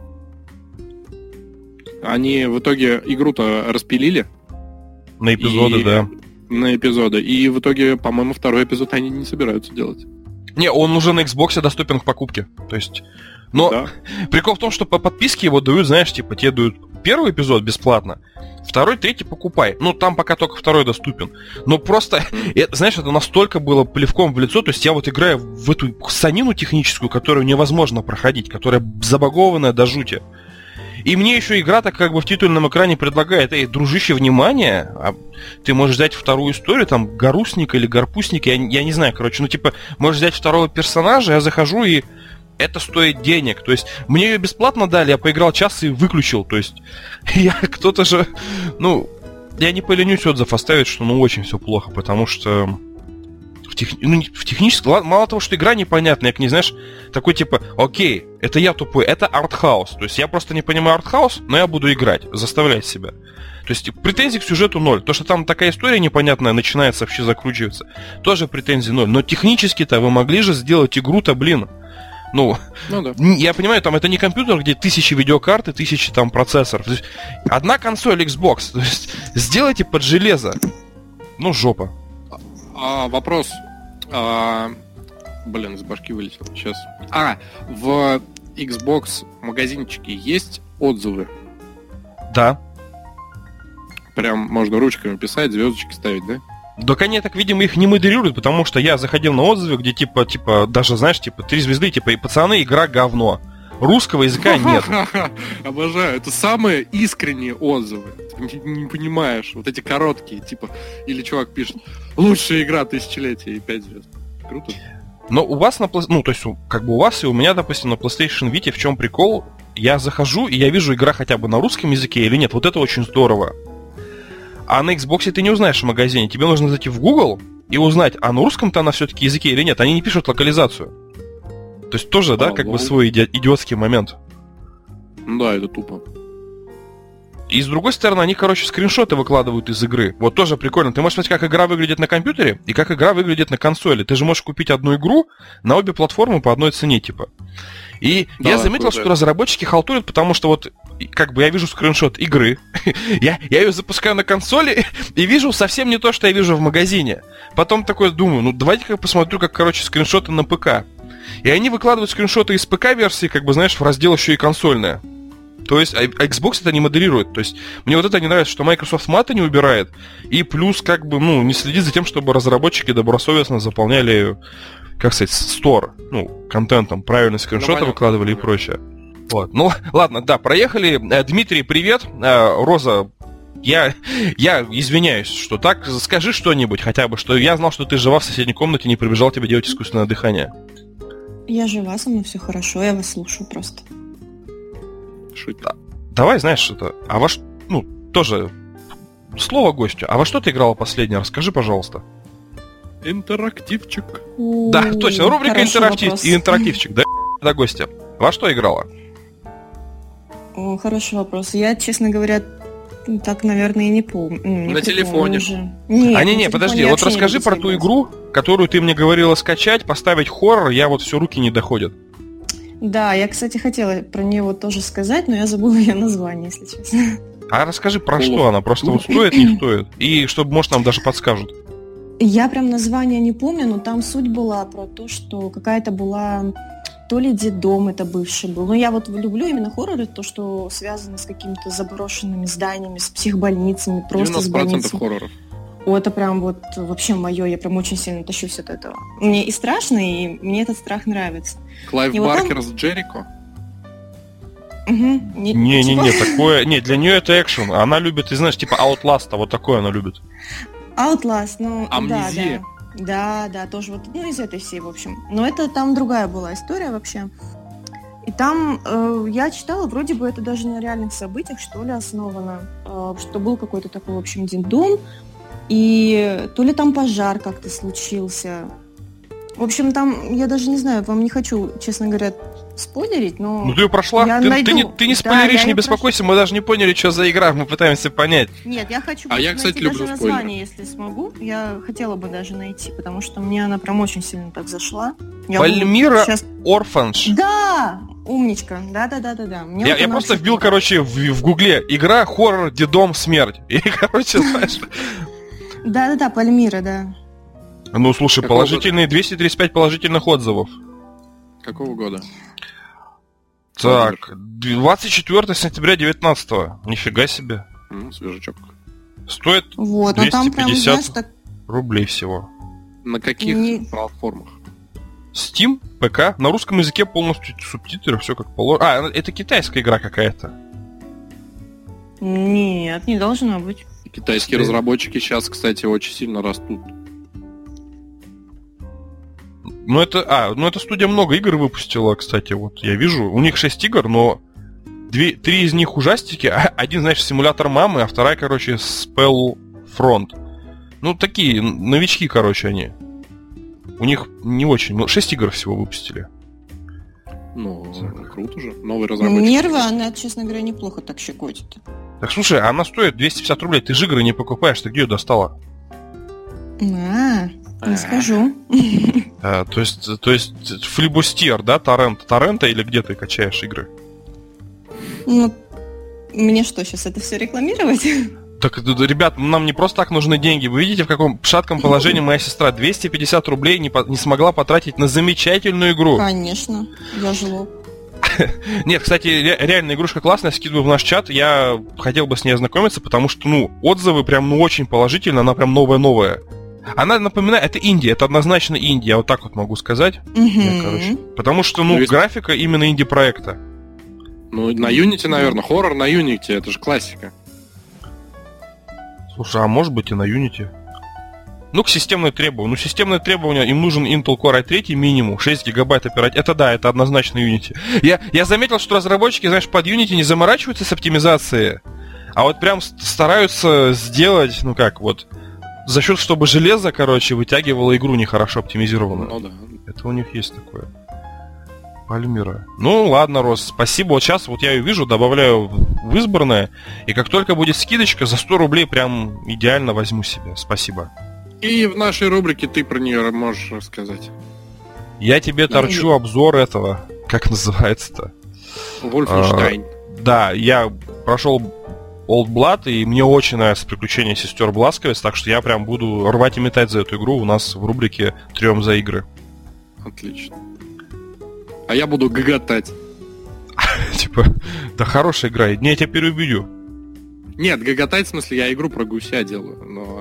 [SPEAKER 2] Они в итоге игру-то распилили.
[SPEAKER 1] На эпизоды, да.
[SPEAKER 2] На эпизоды. И в итоге, по-моему, второй эпизод они не собираются делать.
[SPEAKER 1] Не, он уже на Xbox доступен к покупке. То есть... Но да. Прикол в том, что по подписке его дают, знаешь, тебе дают первый эпизод бесплатно, второй, третий покупай. Там пока только второй доступен. Но просто, знаешь, это настолько было плевком в лицо. То есть я играю в эту санину техническую, которую невозможно проходить, которая забагованная до жути. И мне еще игра-то в титульном экране предлагает: эй, дружище, внимание, ты можешь взять вторую историю, там, Гарусник или Гарпусник, я не знаю, можешь взять второго персонажа, я захожу, и это стоит денег. То есть мне ее бесплатно дали, я поиграл час и выключил. То есть кто-то же, я не поленюсь отзыв оставить, что очень все плохо, потому что в техническом... Мало того, что игра непонятная, я к ней, знаешь, такой окей, это я тупой, это артхаус. То есть я просто не понимаю артхаус, но я буду играть, заставлять себя. То есть претензий к сюжету 0. То, что там такая история непонятная начинается, вообще закручивается, тоже претензий 0. Но технически-то вы могли же сделать игру-то, да. Я понимаю, там это не компьютер, где 1000 видеокарт и 1000 там процессоров. То есть одна консоль Xbox. То есть сделайте под железо. Жопа.
[SPEAKER 2] Вопрос. Из башки вылетел. Сейчас. В Xbox магазинчике есть отзывы?
[SPEAKER 1] Да.
[SPEAKER 2] Прям можно ручками писать, звездочки ставить, да?
[SPEAKER 1] Так они так, видимо, их не модерируют, потому что я заходил на отзывы, где даже, знаешь, 3 звезды, и пацаны, игра говно. Русского языка нет.
[SPEAKER 2] Обожаю. Это самые искренние отзывы. Ты не понимаешь. Вот эти короткие, или чувак пишет: лучшая игра тысячелетия и 5 звезд. Круто.
[SPEAKER 1] Но у вас у вас и у меня, допустим, на PlayStation Vita в чем прикол? Я захожу, и я вижу, игра хотя бы на русском языке или нет. Вот это очень здорово. А на Xbox ты не узнаешь в магазине. Тебе нужно зайти в Google и узнать, а на русском-то она все-таки языке или нет. Они не пишут локализацию. То есть тоже, свой идиотский момент.
[SPEAKER 2] Да, это тупо.
[SPEAKER 1] И с другой стороны, они, скриншоты выкладывают из игры. Вот тоже прикольно. Ты можешь смотреть, как игра выглядит на компьютере и как игра выглядит на консоли. Ты же можешь купить одну игру на обе платформы по одной цене, И я заметил, что разработчики халтурят, потому что я вижу скриншот игры, я ее запускаю на консоли и вижу совсем не то, что я вижу в магазине. Потом такой думаю, давайте-ка посмотрю, скриншоты на ПК. И они выкладывают скриншоты из ПК-версии, в раздел еще и консольная. То есть Xbox это не модерирует. То есть мне это не нравится, что Microsoft маты не убирает, и плюс не следит за тем, чтобы разработчики добросовестно заполняли, стор, контентом, правильно скриншоты выкладывали и прочее. Вот. Ладно, да, проехали. Дмитрий, привет. Роза, я извиняюсь, что так. Скажи что-нибудь хотя бы, что я знал, что ты жива в соседней комнате, не прибежал тебе делать искусственное дыхание.
[SPEAKER 3] Я жива, со мной все хорошо, я вас слушаю просто.
[SPEAKER 1] Давай, знаешь, тоже слово гостю. А во что ты играла последний? Расскажи, пожалуйста.
[SPEAKER 2] Интерактивчик.
[SPEAKER 1] Да, точно, рубрика интерактивчик. Да, гостя. Во что играла?
[SPEAKER 3] Хороший вопрос. Я, честно говоря, Так, наверное, и не помню.
[SPEAKER 2] На телефоне.
[SPEAKER 3] Не,
[SPEAKER 1] подожди, вот расскажи про ту игру, которую ты мне говорила скачать, поставить хоррор, я вот все руки не доходят.
[SPEAKER 3] Да, я, кстати, хотела про нее вот тоже сказать, но я забыла ее название, если честно.
[SPEAKER 1] А расскажи, про что она? Просто вот стоит, не стоит? И чтобы, может, нам даже подскажут.
[SPEAKER 3] Я прям название не помню, но там суть была про то, что какая-то была... То ли детдом это бывший был. Но я вот люблю именно хорроры, то, что связано с какими-то заброшенными зданиями, с психбольницами, просто с больницами.
[SPEAKER 2] 90% хорроров.
[SPEAKER 3] О, это прям вот вообще мое, я прям очень сильно тащусь от этого. Мне и страшно, и мне этот страх нравится.
[SPEAKER 2] Клайв Баркер с Джерико?
[SPEAKER 1] Не, такое... Не, для нее это экшен. Она любит, ты знаешь, типа Outlast, а вот такое она любит.
[SPEAKER 3] Outlast, ну...
[SPEAKER 2] Амнезия?
[SPEAKER 3] Да, тоже вот, ну, из этой всей, в общем. Но это там другая была история вообще. И там я читала, вроде бы это даже на реальных событиях, что ли, основано. Что был какой-то такой, в общем, детдом. И то ли там пожар как-то случился. В общем, там, я даже не знаю, вам не хочу, честно говоря, спойлерить, но...
[SPEAKER 1] Ну ты ее прошла, ты не спойлеришь, не беспокойся, мы даже не поняли, что за игра, мы пытаемся понять.
[SPEAKER 3] Нет, я хочу
[SPEAKER 2] я, кстати, люблю
[SPEAKER 3] даже название, если смогу. Я хотела бы даже найти, потому что мне она прям очень сильно так зашла.
[SPEAKER 1] Пальмира Орфанж.
[SPEAKER 3] Да! Умничка, да.
[SPEAKER 1] Я просто вбил, короче, в гугле игра, хоррор, дедом, смерть. И, короче, знаешь...
[SPEAKER 3] Да, Пальмира, да.
[SPEAKER 1] Ну, слушай, положительные, 235 положительных отзывов.
[SPEAKER 2] Какого года?
[SPEAKER 1] Так, 24 сентября 19-го. Нифига себе.
[SPEAKER 2] Свежачок.
[SPEAKER 1] Стоит
[SPEAKER 3] вот,
[SPEAKER 1] 250
[SPEAKER 3] прям, знаешь, так...
[SPEAKER 1] рублей всего.
[SPEAKER 2] На каких платформах?
[SPEAKER 1] Steam, ПК, на русском языке полностью субтитры, все как положено. Это китайская игра какая-то.
[SPEAKER 3] Нет, не должна быть.
[SPEAKER 2] Китайские разработчики сейчас, кстати, очень сильно растут.
[SPEAKER 1] Ну это студия много игр выпустила, кстати, вот я вижу. У них 6 игр, но 3 из них ужастики. Один, знаешь, симулятор мамы, а вторая, короче, Spell Front. Ну, такие новички, короче, они. У них не очень... 6 игр всего выпустили.
[SPEAKER 2] Ну, круто же. Новый разработчик.
[SPEAKER 3] Нервы, она, честно говоря, неплохо так щекотит.
[SPEAKER 1] Так, слушай, она стоит 250 рублей. Ты же игры не покупаешь, ты где ее достала?
[SPEAKER 3] Не скажу.
[SPEAKER 1] То есть флибустер, да, торрента или где ты качаешь игры?
[SPEAKER 3] Ну, мне что, сейчас это все рекламировать?
[SPEAKER 1] Так, ребят, нам не просто так нужны деньги. Вы видите, в каком шатком положении моя сестра 250 рублей не смогла потратить на замечательную игру.
[SPEAKER 3] Конечно, я жлоб.
[SPEAKER 1] Нет, кстати, реально игрушка классная, скидываю в наш чат. Я хотел бы с ней ознакомиться, потому что, отзывы прям, очень положительные, она прям новая-новая. Она напоминает, это Индия, это однозначно Индия, я вот так вот могу сказать. Короче. Потому что, графика именно инди-проекта.
[SPEAKER 2] Ну, на Unity, наверное, хоррор на Unity, это же классика.
[SPEAKER 1] Слушай, а может быть и на Unity? К системным требованиям. Системные требования, им нужен Intel Core i3 минимум, 6 гигабайт оперативки. Это однозначно Unity. Я заметил, что разработчики, знаешь, под Unity не заморачиваются с оптимизацией, а вот прям стараются сделать, за счет, чтобы железо, вытягивало игру нехорошо оптимизированную.
[SPEAKER 2] Ну да.
[SPEAKER 1] Это у них есть такое. Пальмира. Ну ладно, Рос, спасибо. Вот сейчас я ее вижу, добавляю в избранное, и как только будет скидочка, за 100 рублей прям идеально возьму себе. Спасибо. И
[SPEAKER 2] в нашей рубрике ты про нее можешь рассказать.
[SPEAKER 1] Я тебе торчу обзор этого. Как называется-то?
[SPEAKER 2] Wolfenstein.
[SPEAKER 1] Да, я прошел Old Blood, и мне очень нравятся приключения сестер Бласковец, так что я прям буду рвать и метать за эту игру у нас в рубрике «Трем за игры».
[SPEAKER 2] Отлично. А я буду гоготать.
[SPEAKER 1] Да хорошая игра, я тебя переубедю.
[SPEAKER 2] Нет, гоготать, в смысле, я игру про гуся делаю.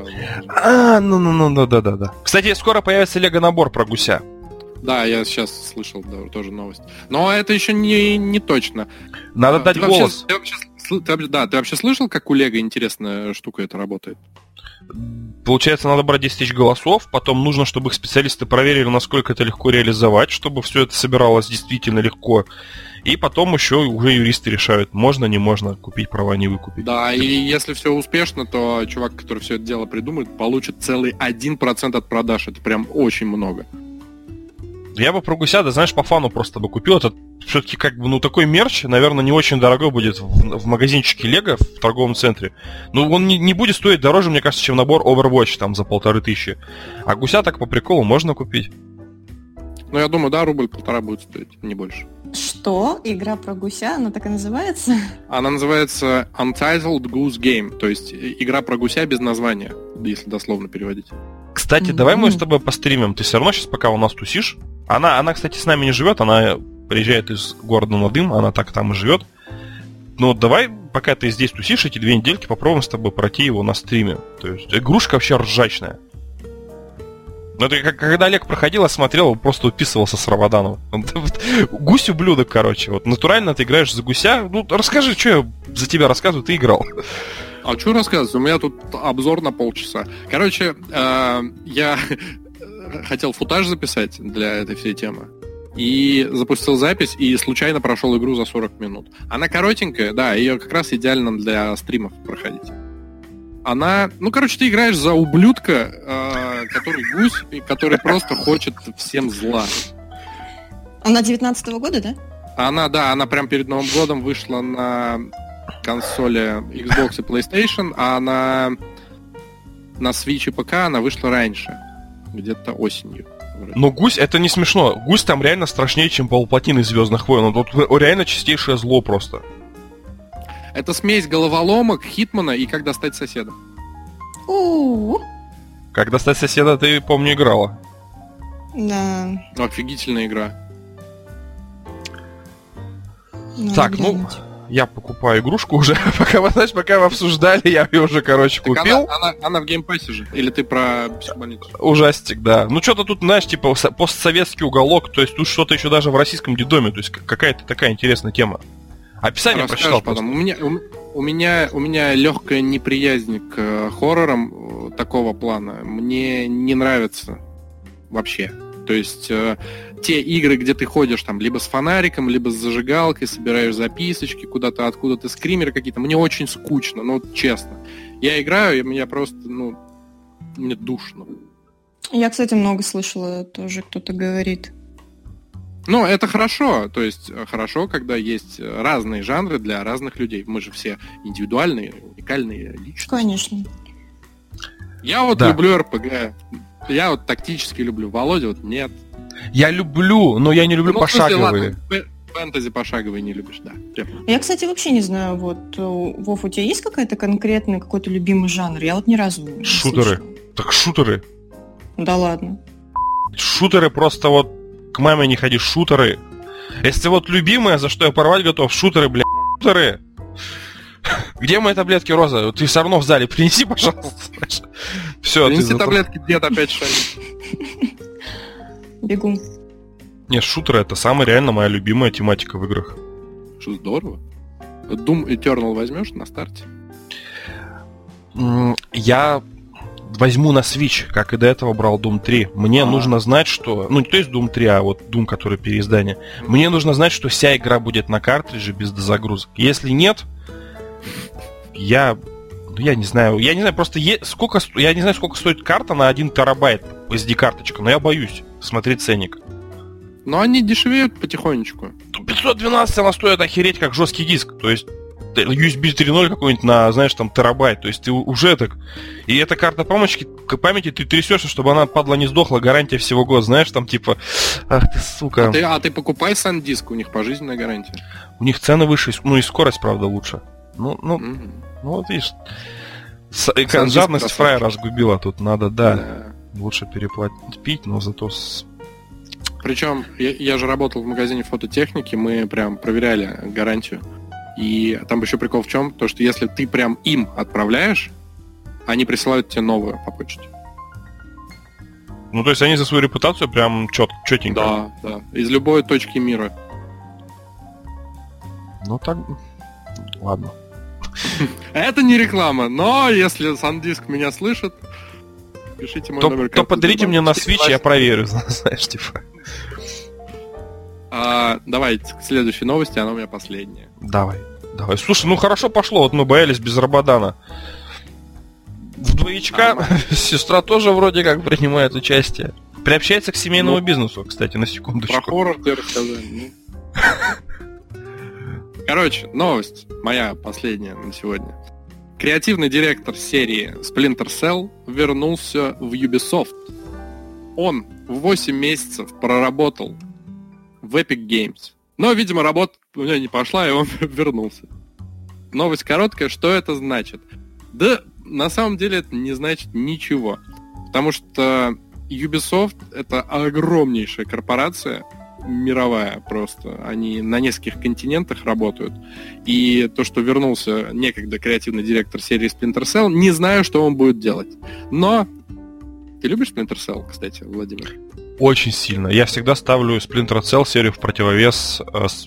[SPEAKER 1] Да. Кстати, скоро появится лего-набор про гуся.
[SPEAKER 2] Да, я сейчас слышал тоже новость. Но это еще не точно.
[SPEAKER 1] Надо дать голос.
[SPEAKER 2] Ты вообще слышал, как у Лего интересная штука это работает?
[SPEAKER 1] Получается, надо брать 10 тысяч голосов, потом нужно, чтобы их специалисты проверили, насколько это легко реализовать, чтобы все это собиралось действительно легко. И потом еще уже юристы решают, можно, не можно купить права, не выкупить.
[SPEAKER 2] Да, и если все успешно, то чувак, который все это дело придумает, получит целый 1% от продаж. Это прям очень много.
[SPEAKER 1] Я бы про гуся, да знаешь, по фану просто бы купил. Это все-таки как бы, ну, такой мерч, наверное, не очень дорогой будет в магазинчике Лего в торговом центре. Ну, он не будет стоить дороже, мне кажется, чем набор Overwatch там за 1500. А гуся так по приколу можно купить.
[SPEAKER 2] Ну, я думаю, да, рубль-полтора будет стоить, не больше.
[SPEAKER 3] Что? Игра про гуся? Она так и называется?
[SPEAKER 2] Она называется Untitled Goose Game, то есть игра про гуся без названия, если дословно переводить.
[SPEAKER 1] Кстати, давай мы с тобой постримим. Ты все равно сейчас пока у нас тусишь. Она, кстати, с нами не живет, она приезжает из города Надым, она так там и живет. Ну, давай, пока ты здесь тусишь, эти 2 недельки, попробуем с тобой пройти его на стриме. То есть игрушка вообще ржачная. Ну, это когда Олег проходил, я смотрел, он просто уписывался с Рамаданом. Гусь-ублюдок, короче. Вот натурально ты играешь за гуся. Ну, расскажи, что я за тебя рассказываю, ты играл.
[SPEAKER 2] А что рассказывать? У меня тут обзор на полчаса. Короче, я хотел футаж записать для этой всей темы. И запустил запись, и случайно прошел игру за 40 минут. Она коротенькая, да, ее как раз идеально для стримов проходить. Она... Ну, короче, ты играешь за ублюдка, который гусь, который просто хочет всем зла.
[SPEAKER 3] Она 19-го года, да?
[SPEAKER 2] Она прям перед Новым годом вышла на консоли Xbox и PlayStation, а на Switch и ПК она вышла раньше. Где-то осенью.
[SPEAKER 1] Но гусь, это не смешно. Гусь там реально страшнее, чем Палпатин из «Звездных войн». Он реально чистейшее зло просто.
[SPEAKER 2] Это смесь головоломок, Хитмана и «Как достать соседа».
[SPEAKER 3] У-у-у.
[SPEAKER 1] «Как достать соседа» ты, помню, играла.
[SPEAKER 3] Да.
[SPEAKER 2] Офигительная игра.
[SPEAKER 1] Так, я покупаю игрушку уже. Пока вы обсуждали, я ее уже, короче,
[SPEAKER 2] так
[SPEAKER 1] купил.
[SPEAKER 2] Она в геймпассе же. Или ты про психобольницу?
[SPEAKER 1] Ужастик, да. Ну, что-то тут, знаешь, типа постсоветский уголок. То есть тут что-то еще даже в российском детдоме. То есть какая-то такая интересная тема. Описание прочитал
[SPEAKER 2] потом. У меня легкая неприязнь к хоррорам такого плана. Мне не нравится вообще. То есть те игры, где ты ходишь там либо с фонариком, либо с зажигалкой, собираешь записочки куда-то, откуда-то скримеры какие-то, мне очень скучно, ну, честно. Я играю, и мне просто, мне душно.
[SPEAKER 3] Я, кстати, много слышала, тоже кто-то говорит.
[SPEAKER 2] Ну, это хорошо. То есть хорошо, когда есть разные жанры для разных людей. Мы же все индивидуальные, уникальные личности.
[SPEAKER 3] Конечно.
[SPEAKER 2] Я вот люблю РПГ. Я вот тактически люблю. Володя вот нет.
[SPEAKER 1] Я люблю, но я не люблю пошаговые.
[SPEAKER 2] Фэнтези пошаговые не любишь, да.
[SPEAKER 3] Я, кстати, вообще не знаю, вот, Вов, у тебя есть какой-то конкретный, какой-то любимый жанр? Я вот ни разу не
[SPEAKER 1] Шутеры.
[SPEAKER 3] слышала.
[SPEAKER 1] Так шутеры.
[SPEAKER 3] Да ладно.
[SPEAKER 1] Шутеры просто вот к маме не ходи, шутеры. Если вот любимое, за что я порвать готов, шутеры, блядь, шутеры. Где мои таблетки, Роза? Ты все равно в зале принеси, пожалуйста. Все,
[SPEAKER 2] принеси таблетки, дед опять шарит.
[SPEAKER 3] Бегу.
[SPEAKER 1] Нет, шутеры — это самая реально моя любимая тематика в играх.
[SPEAKER 2] Что здорово. Doom Eternal возьмешь на старте?
[SPEAKER 1] Я возьму на Switch, как и до этого брал Doom 3. Мне нужно знать, что... Ну, не то есть Doom 3, а вот Doom, который переиздание. Мне нужно знать, что вся игра будет на картридже без дозагрузок. Если нет, я не знаю, просто сколько стоит карта на 1 терабайт SD-карточка, но я боюсь смотреть ценник.
[SPEAKER 2] Но они дешевеют потихонечку.
[SPEAKER 1] 512 она стоит охереть как жесткий диск, то есть USB 3.0 какой-нибудь на, знаешь, там терабайт, то есть ты уже так... И эта карта памяти ты трясешься, чтобы она, падла, не сдохла, гарантия всего год, знаешь, там типа... Ах ты, сука.
[SPEAKER 2] А ты покупай SanDisk, у них пожизненная гарантия. У
[SPEAKER 1] них цены выше, ну и скорость, правда, лучше. Ну вот видишь, жадность фрая разгубила, тут надо, да. Лучше переплатить, но зато...
[SPEAKER 2] Причем, я же работал в магазине фототехники, мы прям проверяли гарантию. И там еще прикол в чем? То, что если ты прям им отправляешь, они присылают тебе новую по почте.
[SPEAKER 1] Ну, то есть они за свою репутацию прям четенько.
[SPEAKER 2] Да. Из любой точки мира.
[SPEAKER 1] Ну, так... Ладно.
[SPEAKER 2] Это не реклама, но если SanDisk меня слышит, пишите мой номер.
[SPEAKER 1] То подарите мне на Switch, я проверю, знаешь, типа.
[SPEAKER 2] Давай к следующей новости, она у меня последняя.
[SPEAKER 1] Давай. Слушай, хорошо пошло, вот мы боялись без Рабадана. В двоечка сестра тоже вроде как принимает участие. Приобщается к семейному бизнесу, кстати, на секундочку.
[SPEAKER 2] Про хоррор ты рассказали. Короче, новость моя последняя на сегодня. Креативный директор серии Splinter Cell вернулся в Ubisoft. Он 8 месяцев проработал в Epic Games. Но, видимо, работа у него не пошла, и он вернулся. Новость короткая. Что это значит? Да, на самом деле это не значит ничего. Потому что Ubisoft — это огромнейшая корпорация, мировая просто. Они на нескольких континентах работают. И то, что вернулся некогда креативный директор серии Splinter Cell, не знаю, что он будет делать. Но... Ты любишь Splinter Cell, кстати, Владимир?
[SPEAKER 1] Очень сильно. Я всегда ставлю Splinter Cell серию в противовес...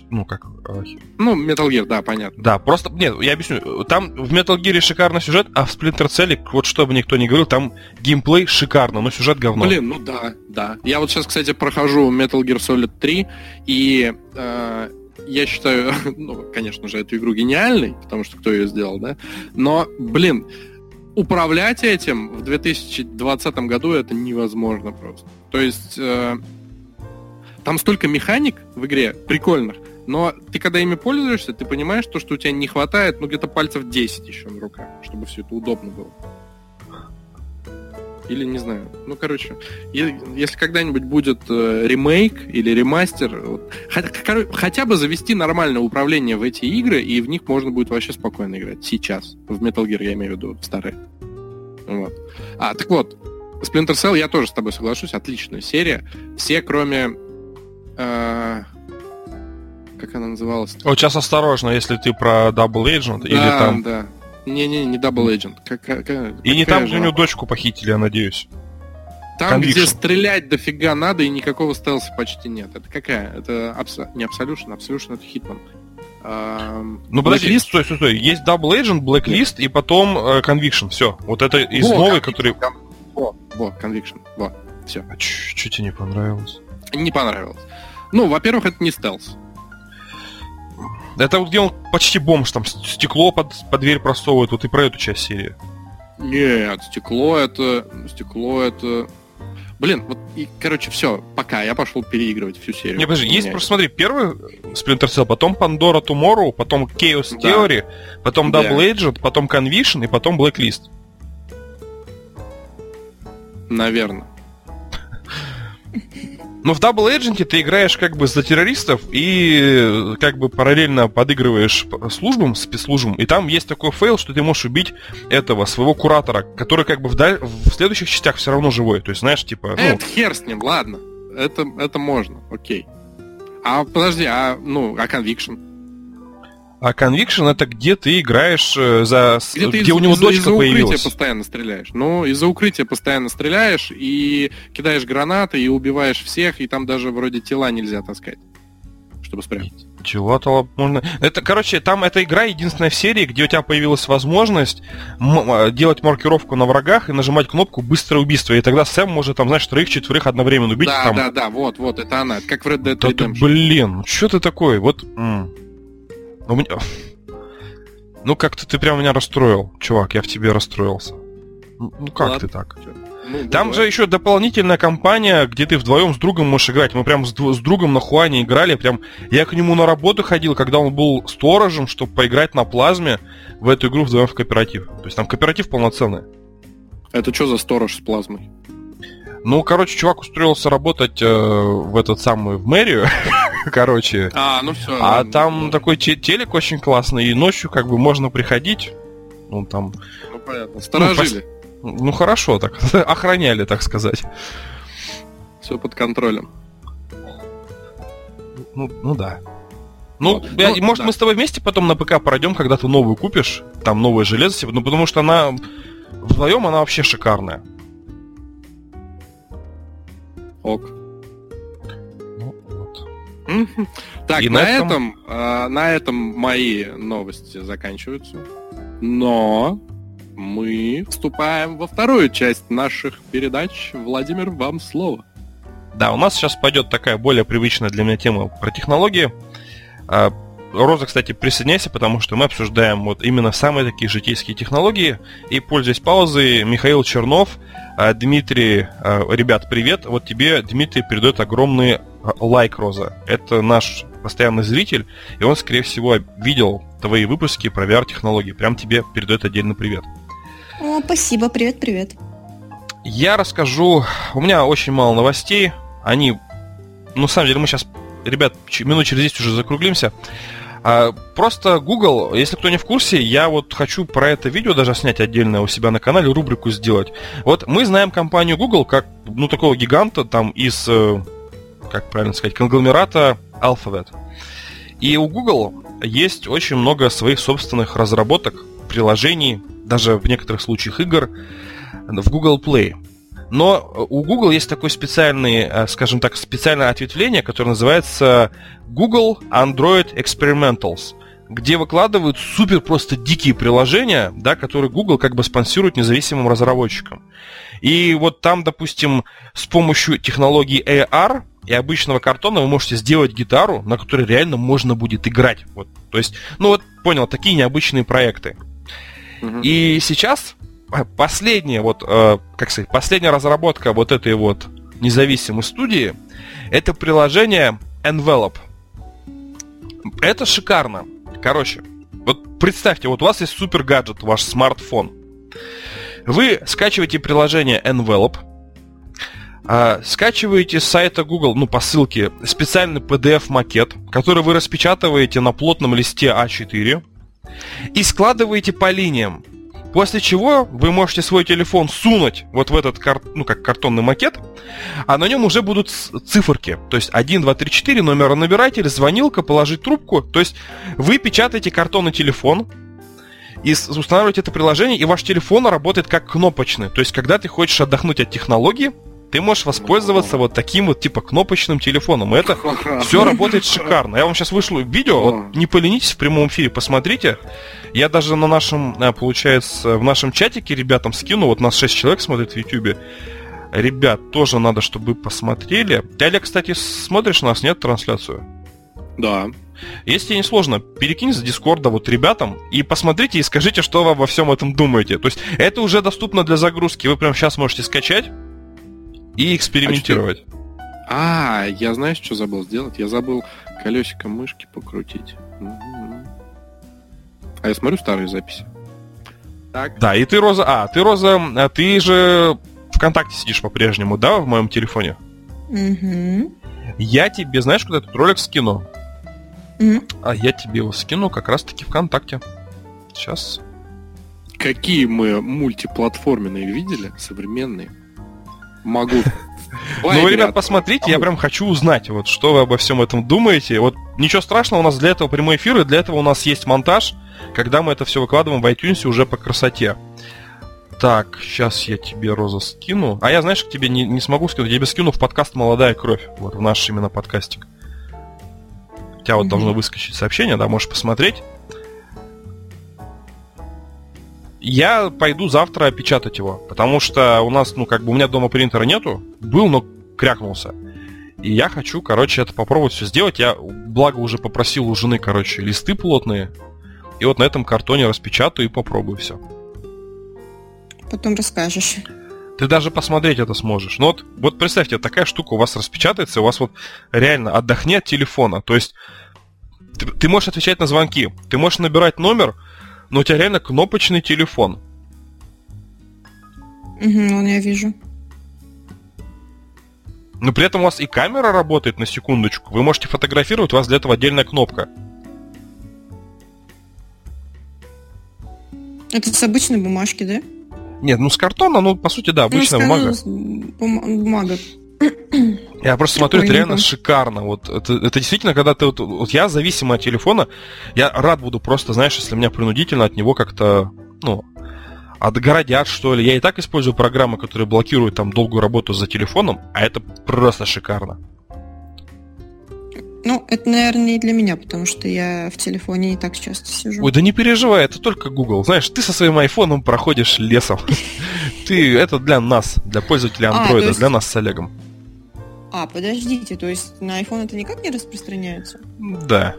[SPEAKER 2] Metal Gear, да, понятно.
[SPEAKER 1] Да, просто... Нет, я объясню. Там в Metal Gear шикарный сюжет, а в Splinter Cell, вот что бы никто ни говорил, там геймплей шикарно, но сюжет говно.
[SPEAKER 2] Блин, ну да. Я вот сейчас, кстати, прохожу Metal Gear Solid 3, и я считаю, конечно же, эту игру гениальной, потому что кто ее сделал, да? Но, блин, управлять этим в 2020 году это невозможно просто. То есть там столько механик в игре прикольных, но ты когда ими пользуешься, ты понимаешь, что у тебя не хватает, где-то пальцев 10 еще на руках, чтобы все это удобно было. Или не знаю. Если когда-нибудь будет ремейк или ремастер, хотя бы завести нормальное управление в эти игры, и в них можно будет вообще спокойно играть. Сейчас. В Metal Gear, я имею в виду, в старые. Вот. Так вот, Splinter Cell, я тоже с тобой соглашусь, отличная серия. Все, кроме... как она называлась?
[SPEAKER 1] Вот сейчас осторожно, если ты про Double Agent или там...
[SPEAKER 2] Да. Не Double Agent.
[SPEAKER 1] И не там, где у него дочку похитили, я надеюсь.
[SPEAKER 2] Там, где стрелять дофига надо, и никакого стелса почти нет. Это какая? Это не Absolution, Absolution это Hitman.
[SPEAKER 1] Подожди, стой. Есть Double Agent, Blacklist и потом Conviction. Все. Вот это из новой, который...
[SPEAKER 2] Conviction. Все.
[SPEAKER 1] А что тебе не понравилось?
[SPEAKER 2] Не понравилось. Во-первых, это не стелс.
[SPEAKER 1] Это вот где он почти бомж, там стекло под дверь просовывает, вот и про эту часть серии.
[SPEAKER 2] Нет, стекло это... Блин, все, пока, я пошел переигрывать всю серию.
[SPEAKER 1] Не, подожди, есть просто, смотри, первый Splinter Cell, потом Pandora Tomorrow, потом Chaos Theory, потом Double Agent, потом Conviction и потом Blacklist.
[SPEAKER 2] Наверное.
[SPEAKER 1] Но в Double Agent ты играешь как бы за террористов и как бы параллельно подыгрываешь службам, спецслужбам, и там есть такой фейл, что ты можешь убить этого, своего куратора, который как бы в следующих частях все равно живой. То есть, знаешь, типа...
[SPEAKER 2] Это хер с ним, ладно. Это можно, окей. Подожди, Conviction?
[SPEAKER 1] А Conviction это где ты играешь где у него дочка появилась.
[SPEAKER 2] Из-за укрытия постоянно стреляешь. Из-за укрытия постоянно стреляешь и кидаешь гранаты, и убиваешь всех, и там даже вроде тела нельзя таскать, чтобы спрятать.
[SPEAKER 1] Тела-то можно... Там эта игра единственная в серии, где у тебя появилась возможность делать маркировку на врагах и нажимать кнопку «Быстрое убийство». И тогда Сэм может, троих-четверых одновременно убить.
[SPEAKER 2] Да, вот, это она. Это как в Red Dead Redemption.
[SPEAKER 1] Блин, что ты такой? Как-то ты прям меня расстроил, чувак, я в тебе расстроился. Как ты так? Там же еще дополнительная кампания, где ты вдвоем с другом можешь играть. Мы прям с другом на Хуане играли. Я к нему на работу ходил, когда он был сторожем, чтобы поиграть на плазме в эту игру вдвоем в кооператив. То есть там кооператив полноценный.
[SPEAKER 2] Это что за сторож с плазмой?
[SPEAKER 1] Чувак устроился работать в мэрию. Все. Там такой телек очень классный, и ночью как бы можно приходить.
[SPEAKER 2] Понятно. Сторожили.
[SPEAKER 1] Хорошо так. Охраняли, так сказать.
[SPEAKER 2] Все под контролем.
[SPEAKER 1] Да. Может, мы с тобой вместе потом на ПК пройдем, когда ты новую купишь, там новое железо себе, потому что она вдвоем она вообще шикарная.
[SPEAKER 2] Ок. Так, на этом мои новости заканчиваются. Но мы вступаем во вторую часть наших передач. Владимир, вам слово.
[SPEAKER 1] Да, у нас сейчас пойдет такая более привычная для меня тема про технологии. Роза, кстати, присоединяйся, потому что мы обсуждаем именно самые такие житейские технологии. И, пользуясь паузой, Михаил Чернов, Дмитрий, ребят, привет. Тебе Дмитрий передает огромный Лайк Роза. Это наш постоянный зритель, и он, скорее всего, видел твои выпуски про VR-технологии. Прям тебе передает отдельный привет.
[SPEAKER 3] О, спасибо, привет.
[SPEAKER 1] Я расскажу... У меня очень мало новостей. Они... Ну, на самом деле, мы сейчас, ребят, минут через 10 уже закруглимся. Просто Google, если кто не в курсе, я вот хочу про это видео даже снять отдельно у себя на канале, рубрику сделать. Вот мы знаем компанию Google как, ну, такого гиганта там из, как правильно сказать, конгломерата Alphabet. И у Google есть очень много своих собственных разработок, приложений, даже в некоторых случаях игр в Google Play. Но у Google есть такое специальное ответвление, которое называется Google Android Experimentals, где выкладывают супер просто дикие приложения, да, которые Google как бы спонсирует независимым разработчикам. И вот там, допустим, с помощью технологии AR и обычного картона вы можете сделать гитару, на которой реально можно будет играть. Вот, то есть, ну вот, понял, такие необычные проекты. И сейчас... Последняя разработка вот этой вот независимой студии — это приложение Envelope. Это шикарно. Короче, вот представьте, вот у вас есть супер гаджет, ваш смартфон. Вы скачиваете приложение Envelope, скачиваете с сайта Google, ну, по ссылке, специальный PDF-макет, который вы распечатываете на плотном листе А4 и складываете по линиям. После чего вы можете свой телефон сунуть вот в этот как картонный макет, а на нем уже будут циферки. То есть 1, 2, 3, 4, номеронабиратель, звонилка, положить трубку. То есть вы печатаете картонный телефон и устанавливаете это приложение, и ваш телефон работает как кнопочный. То есть когда ты хочешь отдохнуть от технологии, ты можешь воспользоваться вот таким вот типа кнопочным телефоном. И это все работает шикарно. Я вам сейчас вышлю видео, вот не поленитесь в прямом эфире, посмотрите. Я даже на нашем, получается, в нашем чатике ребятам скину, вот нас 6 человек смотрит в Ютубе. Ребят, тоже надо, чтобы вы посмотрели. Ты, Олег, кстати, смотришь нас, нет, трансляцию?
[SPEAKER 2] Да.
[SPEAKER 1] Если тебе не сложно, перекинь с Дискорда вот ребятам и посмотрите и скажите, что вы обо всем этом думаете. То есть это уже доступно для загрузки. Вы прямо сейчас можете скачать и экспериментировать.
[SPEAKER 2] Я знаешь, что забыл сделать? Я забыл колесиком мышки покрутить. А я смотрю старые записи.
[SPEAKER 1] Так. Да, и ты, Роза, ты же ВКонтакте сидишь по-прежнему, да, в моем телефоне?
[SPEAKER 3] Угу.
[SPEAKER 1] Я тебе, знаешь, куда этот ролик скину? А я тебе его скину как раз-таки ВКонтакте. Сейчас.
[SPEAKER 2] Какие мы мультиплатформенные видели? Современные. Могу.
[SPEAKER 1] Ну, ребят, посмотрите, я прям хочу узнать, вот что вы обо всем этом думаете. Вот ничего страшного, у нас для этого прямой эфир, и для этого у нас есть монтаж, когда мы это все выкладываем в iTunes уже по красоте. Так, сейчас я тебе, Роза, скину. А я, знаешь, к тебе не смогу скинуть, я тебе скину в подкаст «Молодая кровь», вот в наш именно подкастик. У тебя вот должно выскочить сообщение, да, можешь посмотреть. Я пойду завтра печатать его, потому что у нас, у меня дома принтера нету. Был, но крякнулся. И я хочу, это попробовать все сделать. Я, благо, уже попросил у жены, листы плотные. И вот на этом картоне распечатаю и попробую все.
[SPEAKER 3] Потом расскажешь.
[SPEAKER 1] Ты даже посмотреть это сможешь. Ну вот представьте, такая штука у вас распечатается, у вас вот реально отдохни от телефона. То есть ты можешь отвечать на звонки, ты можешь набирать номер, но у тебя реально кнопочный телефон.
[SPEAKER 3] Вон я вижу.
[SPEAKER 1] Но при этом у вас и камера работает, на секундочку. Вы можете фотографировать, у вас для этого отдельная кнопка.
[SPEAKER 3] Это с обычной бумажки, да?
[SPEAKER 1] Нет, с картона, по сути, да, обычная бумага.
[SPEAKER 3] Бумага.
[SPEAKER 1] Я просто смотрю, это реально шикарно. Вот это действительно, когда ты... Вот я зависимый от телефона, я рад буду просто, знаешь, если меня принудительно от него как-то, отгородят, что ли. Я и так использую программы, которые блокируют там долгую работу за телефоном, а это просто шикарно.
[SPEAKER 3] Это, наверное, не для меня, потому что я в телефоне не так часто сижу.
[SPEAKER 1] Ой, да не переживай, это только Google. Знаешь, ты со своим айфоном проходишь лесом. Это для нас, для пользователей Android, для нас с Олегом.
[SPEAKER 3] Подождите, то есть на iPhone это никак не распространяется?
[SPEAKER 1] Да.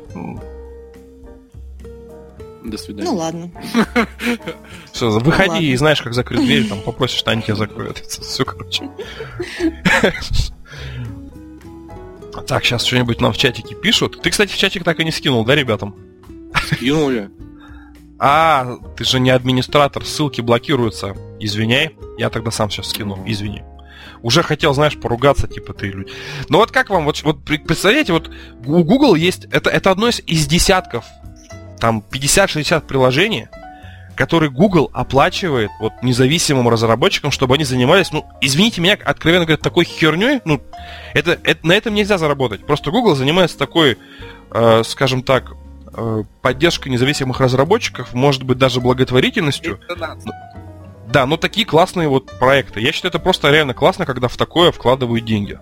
[SPEAKER 2] До свидания.
[SPEAKER 3] Ладно.
[SPEAKER 1] Все, выходи и знаешь, как закрыть дверь, там попросишь, Таня тебя закроет. Все, короче. Так, сейчас что-нибудь нам в чатике пишут. Ты, кстати, в чатик так и не скинул, да, ребятам?
[SPEAKER 2] Скинул я.
[SPEAKER 1] А, ты же не администратор, ссылки блокируются. Извиняй, я тогда сам сейчас скину, извини. Уже хотел, знаешь, поругаться, типа, ты люди. Но вот как вам, вот представляете, вот у Google есть, это одно из десятков, там, 50-60 приложений, которые Google оплачивает вот независимым разработчикам, чтобы они занимались, ну, извините меня, откровенно говоря, такой херней, ну, на этом нельзя заработать. Просто Google занимается такой, скажем так, поддержкой независимых разработчиков, может быть, даже благотворительностью. Да, но такие классные вот проекты. Я считаю, это просто реально классно, когда в такое вкладывают деньги.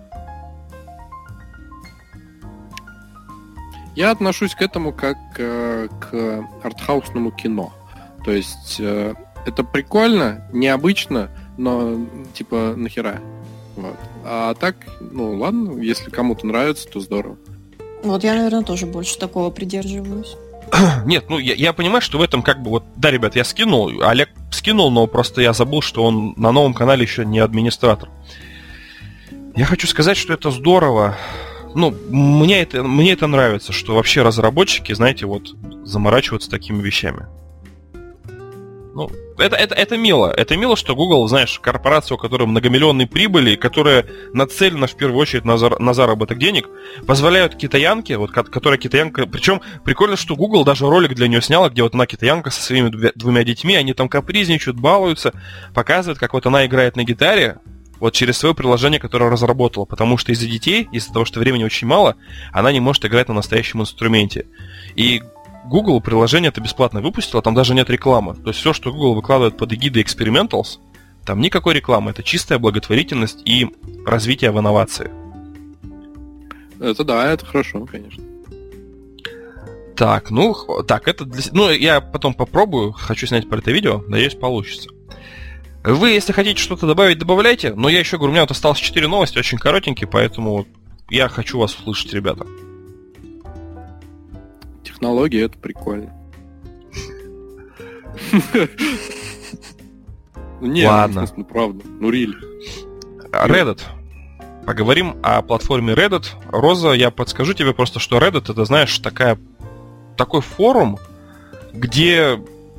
[SPEAKER 2] Я отношусь к этому как к артхаусному кино. То есть это прикольно, необычно, но типа нахера. Вот. А так, ну ладно, если кому-то нравится, то здорово.
[SPEAKER 3] Вот я, наверное, тоже больше такого придерживаюсь.
[SPEAKER 1] Нет, ну я понимаю, что в этом как бы вот... Да, ребят, я скинул, Олег скинул, но просто я забыл, что он на новом канале еще не администратор. Я хочу сказать, что это здорово. Ну, мне это нравится, что вообще разработчики, знаете, вот заморачиваются такими вещами. Ну, это мило. Это мило, что Google, знаешь, корпорация, у которой многомиллионные прибыли, которая нацелена в первую очередь на заработок денег, позволяют китаянке, вот которая китаянка... Причем прикольно, что Google даже ролик для нее сняла, где вот она китаянка со своими двумя детьми, они там капризничают, балуются, показывают, как вот она играет на гитаре, вот через свое приложение, которое разработала, потому что из-за детей, из-за того, что времени очень мало, она не может играть на настоящем инструменте. И Google приложение это бесплатно выпустило, там даже нет рекламы. То есть все, что Google выкладывает под эгидой Experimentals, там никакой рекламы. Это чистая благотворительность и развитие в инновации.
[SPEAKER 2] Это да, это хорошо, конечно.
[SPEAKER 1] Так, это для... Ну, я потом попробую, хочу снять про это видео, надеюсь, получится. Вы, если хотите что-то добавить, добавляйте, но я еще говорю, у меня вот осталось 4 новости, очень коротенькие, поэтому я хочу вас услышать, ребята.
[SPEAKER 2] Технологии — это прикольно. Не,
[SPEAKER 1] ладно.
[SPEAKER 2] Ну, правда. Ну, рили.
[SPEAKER 1] Reddit. Поговорим о платформе Reddit. Роза, я подскажу тебе просто, что Reddit — это, знаешь, такой форум, где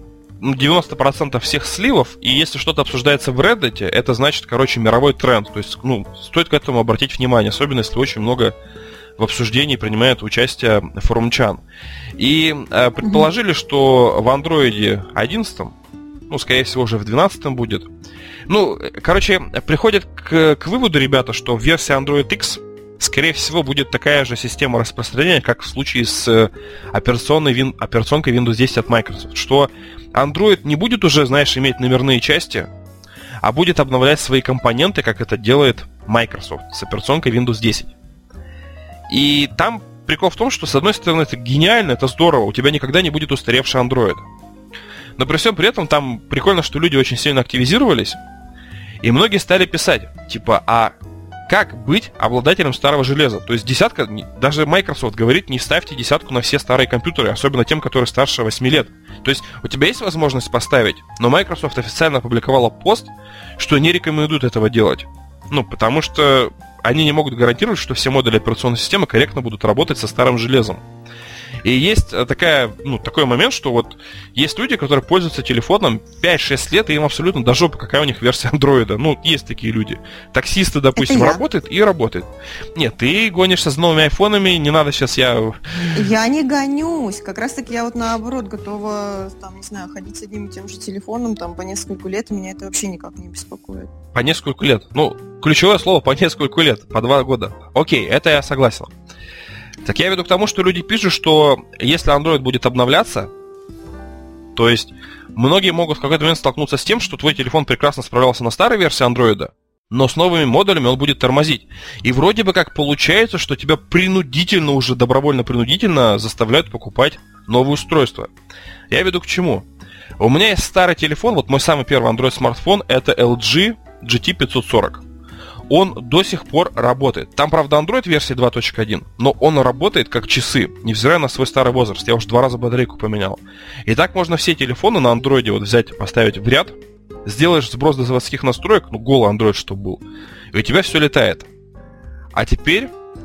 [SPEAKER 1] 90% всех сливов, и если что-то обсуждается в Reddit, это значит, мировой тренд. То есть, стоит к этому обратить внимание, особенно если очень много в обсуждении принимает участие форумчан. И предположили, что в Android 11, скорее всего, уже в 12 будет. Приходят к выводу ребята, что в версии Android X, скорее всего, будет такая же система распространения, как в случае с операционкой Windows 10 от Microsoft. Что Android не будет уже, знаешь, иметь номерные части, а будет обновлять свои компоненты, как это делает Microsoft с операционкой Windows 10. И там прикол в том, что, с одной стороны, это гениально, это здорово, у тебя никогда не будет устаревший Android. Но при всем при этом там прикольно, что люди очень сильно активизировались, и многие стали писать, а как быть обладателем старого железа? То есть десятка, даже Microsoft говорит, не ставьте десятку на все старые компьютеры, особенно тем, которые старше 8 лет. То есть у тебя есть возможность поставить, но Microsoft официально опубликовала пост, что не рекомендуют этого делать. Потому что они не могут гарантировать, что все модули операционной системы корректно будут работать со старым железом. И есть такой момент, что вот есть люди, которые пользуются телефоном 5-6 лет, и им абсолютно до жопы, какая у них версия андроида. Есть такие люди. Таксисты, допустим, работают и работают. Нет, ты гонишься с новыми айфонами, не надо сейчас
[SPEAKER 3] Я не гонюсь. Как раз таки я наоборот готова, ходить с одним и тем же телефоном по несколько лет, и меня это вообще никак не беспокоит.
[SPEAKER 1] По несколько лет? Ключевое слово по несколько лет, по 2 года. Окей, это я согласен. Так я веду к тому, что люди пишут, что если Android будет обновляться, то есть многие могут в какой-то момент столкнуться с тем, что твой телефон прекрасно справлялся на старой версии Android, но с новыми модулями он будет тормозить. И вроде бы как получается, что тебя добровольно-принудительно заставляют покупать новое устройство. Я веду к чему? У меня есть старый телефон, вот мой самый первый Android-смартфон, это LG GT540. Он до сих пор работает. Там, правда, Android версии 2.1, но он работает как часы, невзирая на свой старый возраст. Я уже 2 раза батарейку поменял. И так можно все телефоны на Android взять, поставить в ряд, сделаешь сброс до заводских настроек, голый Android, чтобы был, и у тебя все летает. А теперь,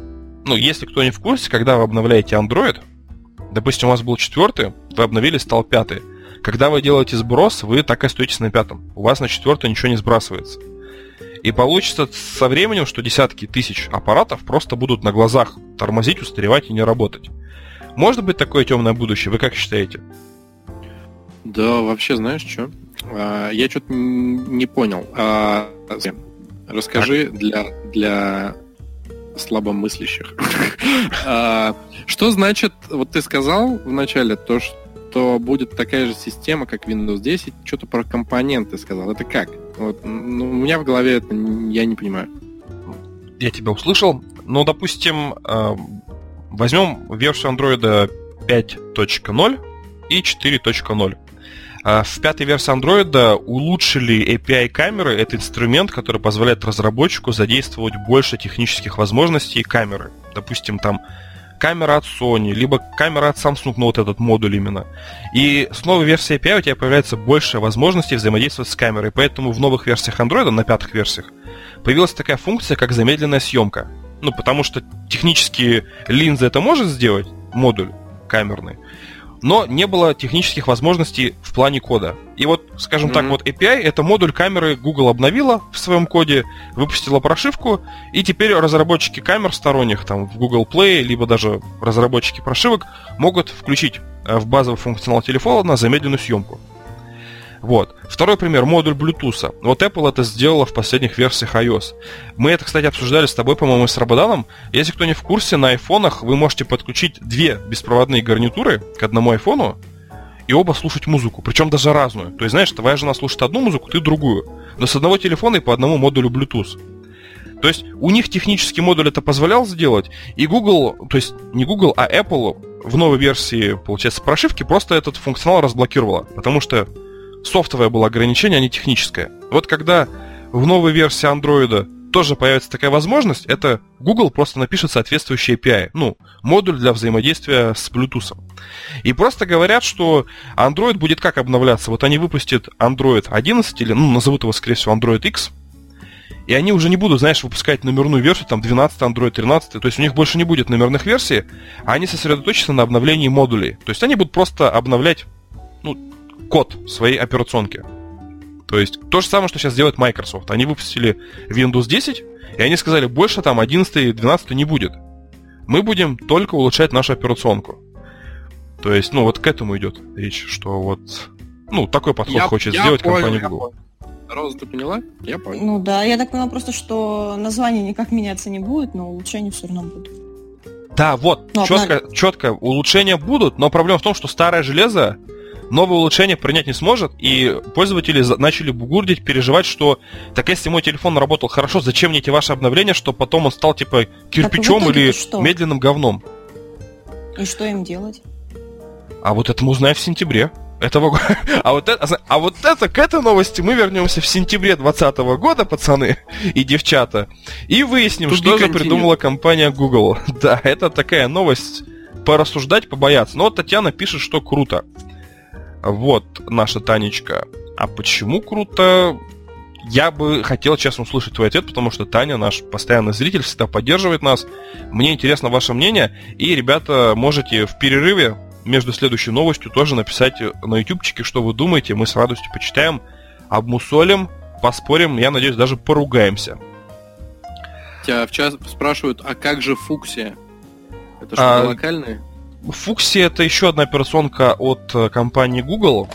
[SPEAKER 1] если кто не в курсе, когда вы обновляете Android, допустим, у вас был 4, вы обновили, стал 5. Когда вы делаете сброс, вы так и остаетесь на 5. У вас на 4 ничего не сбрасывается. И получится со временем, что десятки тысяч аппаратов просто будут на глазах тормозить, устаревать и не работать. Может быть такое темное будущее? Вы как считаете?
[SPEAKER 2] Да, вообще, знаешь что? Я что-то не понял. Расскажи для слабомыслящих. Что значит, вот ты сказал вначале, то, что будет такая же система, как Windows 10, что-то про компоненты сказал. Это как? Вот, у меня в голове это я не понимаю.
[SPEAKER 1] Я тебя услышал. Ну, допустим, возьмем версию Android 5.0 и 4.0. В пятой версии Android улучшили API камеры. Это инструмент, который позволяет разработчику задействовать больше технических возможностей камеры. Допустим, там камера от Sony, либо камера от Samsung, вот этот модуль именно. И с новой версией API у тебя появляется больше возможностей взаимодействовать с камерой. Поэтому в новых версиях Android, на пятых версиях, появилась такая функция, как замедленная съемка. Потому что технически линза это может сделать, модуль камерный, но не было технических возможностей в плане кода. И вот, скажем так, вот API — это модуль камеры Google обновила в своем коде, выпустила прошивку, и теперь разработчики камер сторонних, там, в Google Play, либо даже разработчики прошивок могут включить в базовый функционал телефона замедленную съемку. Вот. Второй пример — модуль Bluetooth. Вот Apple это сделала в последних версиях iOS. Мы это, кстати, обсуждали с тобой, по-моему, с Рабаданом. Если кто не в курсе, на айфонах вы можете подключить 2 беспроводные гарнитуры к одному айфону и оба слушать музыку, причем даже разную. То есть, знаешь, твоя жена слушает одну музыку, ты другую, но с одного телефона и по одному модулю Bluetooth. То есть у них технический модуль это позволял сделать, и Google, то есть не Google, а Apple в новой версии, получается, прошивки просто этот функционал разблокировала, потому что софтовое было ограничение, а не техническое. Вот когда в новой версии Android тоже появится такая возможность, это Google просто напишет соответствующий API, модуль для взаимодействия с Bluetooth. И просто говорят, что Android будет как обновляться? Вот они выпустят Android 11, или, назовут его, скорее всего, Android X, и они уже не будут, выпускать номерную версию, там, 12, Android 13, то есть у них больше не будет номерных версий, а они сосредоточатся на обновлении модулей. То есть они будут просто обновлять, код своей операционки. То есть то же самое, что сейчас делает Microsoft. Они выпустили Windows 10, и они сказали, больше там 11 и 12 не будет. Мы будем только улучшать нашу операционку. То есть, вот к этому идет речь, что такой подход хочет сделать компания Google.
[SPEAKER 2] Роза, ты поняла? Я понял.
[SPEAKER 3] Да, я так поняла просто, что название никак меняться не будет, но улучшения все равно будут.
[SPEAKER 1] Да, четко улучшения будут, но проблема в том, что старое железо новое улучшение принять не сможет, и пользователи начали бугурдить, переживать, что так если мой телефон работал хорошо, зачем мне эти ваши обновления, что потом он стал типа кирпичом или медленным говном.
[SPEAKER 3] И что им делать?
[SPEAKER 1] А вот это мы узнаем в сентябре этого года. А вот это к этой новости мы вернемся в сентябре 2020 года, пацаны и девчата, и выясним, что же придумала компания Google. Да, это такая новость, порассуждать, побояться. Но вот Татьяна пишет, что круто. Вот наша Танечка. А почему круто? Я бы хотел, честно, услышать твой ответ, потому что Таня, наш постоянный зритель, всегда поддерживает нас. Мне интересно ваше мнение. И, ребята, можете в перерыве между следующей новостью тоже написать на ютубчике, что вы думаете. Мы с радостью почитаем, обмусолим, поспорим, я надеюсь, даже поругаемся.
[SPEAKER 2] Тебя в час спрашивают, а как же фуксия? Это что, локальные?
[SPEAKER 1] Фуксия — это еще одна операционка от компании Google.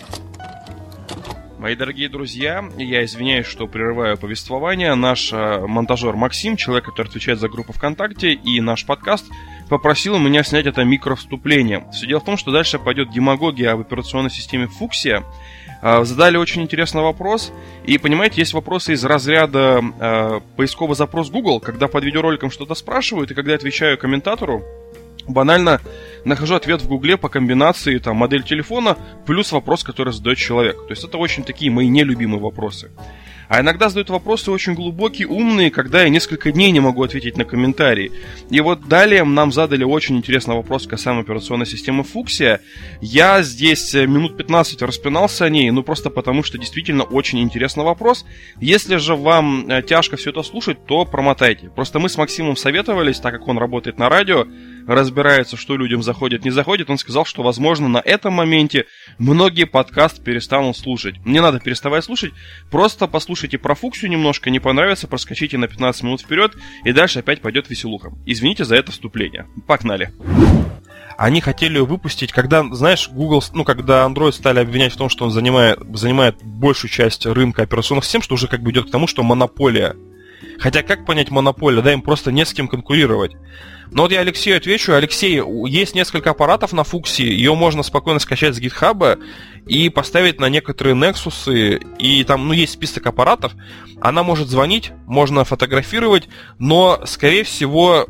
[SPEAKER 1] Мои дорогие друзья, я извиняюсь, что прерываю повествование. Наш монтажер Максим, человек, который отвечает за группу ВКонтакте и наш подкаст, попросил меня снять это микровступление. Все дело в том, что дальше пойдет демагогия об операционной системе Фуксия. Задали очень интересный вопрос. И, понимаете, есть вопросы из разряда поисковый запрос Google, когда под видеороликом что-то спрашивают, и когда я отвечаю комментатору, банально нахожу ответ в Гугле по комбинации модель телефона плюс вопрос, который задает человек. То есть это очень такие мои нелюбимые вопросы. А иногда задают вопросы очень глубокие, умные, когда я несколько дней не могу ответить на комментарии. И вот далее нам задали очень интересный вопрос касаемо операционной системы Fuchsia. Я здесь минут 15 распинался о ней, просто потому, что действительно очень интересный вопрос. Если же вам тяжко все это слушать, то промотайте. Просто мы с Максимом советовались, так как он работает на радио, разбирается, что людям заходит, не заходит. Он сказал, что, возможно, на этом моменте многие подкасты перестанут слушать. Не надо переставать слушать, просто послушайте про Фуксию немножко, не понравится, проскочите на 15 минут вперед, и дальше опять пойдет веселуха. Извините за это вступление. Погнали. Они хотели ее выпустить, когда, знаешь, Google, когда Android стали обвинять в том, что он занимает большую часть рынка операционных систем, что уже идет к тому, что монополия. Хотя как понять монополию? Да, им просто не с кем конкурировать. Но вот я Алексею отвечу. Алексей, есть несколько аппаратов на Фуксии, ее можно спокойно скачать с GitHub и поставить на некоторые Nexus, и там, есть список аппаратов. Она может звонить, можно фотографировать, но, скорее всего,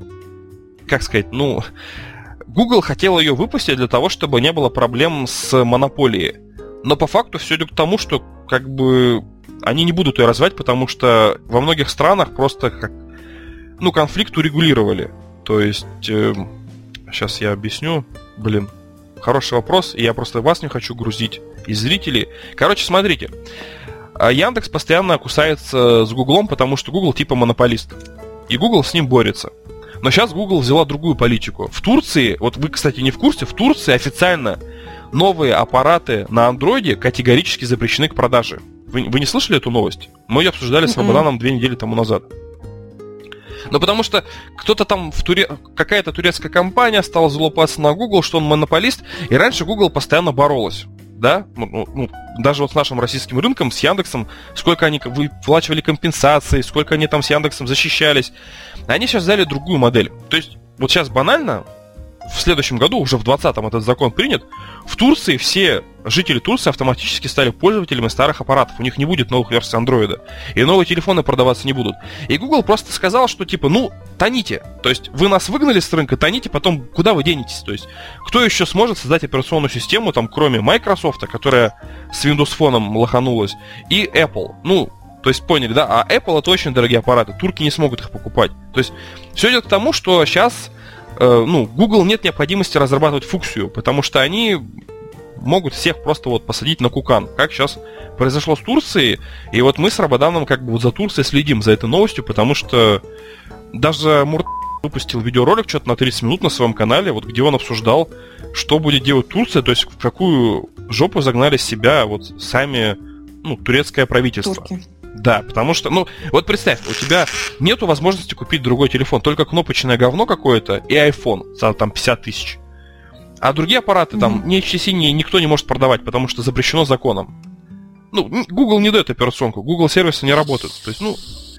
[SPEAKER 1] Google хотел ее выпустить для того, чтобы не было проблем с монополией. Но по факту все идет к тому, что они не будут ее развивать, потому что во многих странах просто конфликт урегулировали. То есть, сейчас я объясню. Хороший вопрос, и я просто вас не хочу грузить, и зрителей. Смотрите. Яндекс постоянно кусается с Гуглом, потому что Google типа монополист. И Google с ним борется. Но сейчас Google взяла другую политику. В Турции, вот вы, кстати, не в курсе, в Турции официально новые аппараты на Андроиде категорически запрещены к продаже. Вы не слышали эту новость? Мы ее обсуждали с Рабаданом 2 недели тому назад. Потому что кто-то там, какая-то турецкая компания стала залупаться на Google, что он монополист, и раньше Google постоянно боролась. Да? Даже вот с нашим российским рынком, с Яндексом, сколько они выплачивали компенсации, сколько они там с Яндексом защищались. Они сейчас взяли другую модель. То есть, вот сейчас банально, в следующем году, уже в 2020-м этот закон принят, в Турции все жители Турции автоматически стали пользователями старых аппаратов. У них не будет новых версий Андроида. И новые телефоны продаваться не будут. И Google просто сказал, что тоните. То есть вы нас выгнали с рынка, тоните, потом куда вы денетесь? То есть кто еще сможет создать операционную систему, кроме Microsoft, которая с Windows Phone лоханулась, и Apple. То есть поняли, да? А Apple это очень дорогие аппараты. Турки не смогут их покупать. То есть все идет к тому, что сейчас Google нет необходимости разрабатывать Фуксию, потому что они могут всех просто посадить на кукан, как сейчас произошло с Турцией. И вот мы с Рабаданом за Турцией следим за этой новостью, потому что даже выпустил видеоролик что-то на 30 минут на своем канале, где он обсуждал, что будет делать Турция, то есть в какую жопу загнали себя сами, турецкое правительство. Турки. Да, потому что, представь, у тебя нету возможности купить другой телефон, только кнопочное говно какое-то и iPhone за 50 тысяч. А другие аппараты ни HTC никто не может продавать, потому что запрещено законом. Google не дает операционку, Google сервисы не работают. То есть,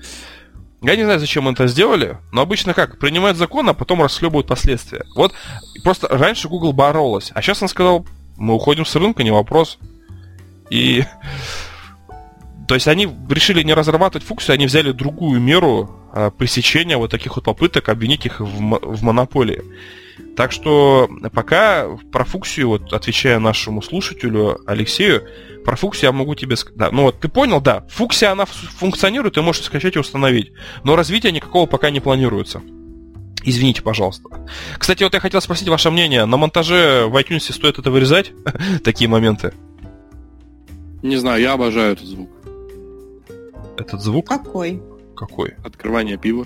[SPEAKER 1] я не знаю, зачем это сделали, но обычно принимают закон, а потом расхлебывают последствия. Вот, просто раньше Google боролась, а сейчас он сказал, мы уходим с рынка, не вопрос. И... То есть они решили не разрабатывать Фуксию, они взяли другую меру пресечения таких попыток обвинить их в монополии. Так что пока про Фуксию, отвечая нашему слушателю Алексею, про Фуксию я могу тебе сказать. Да, ты понял, да, Фуксия, она функционирует, ты можешь скачать и установить. Но развития никакого пока не планируется. Извините, пожалуйста. Кстати, я хотел спросить ваше мнение. На монтаже в iTunes стоит это вырезать? Такие моменты?
[SPEAKER 2] Не знаю, я обожаю этот звук.
[SPEAKER 1] Этот звук?
[SPEAKER 3] Какой?
[SPEAKER 2] Открывание пива.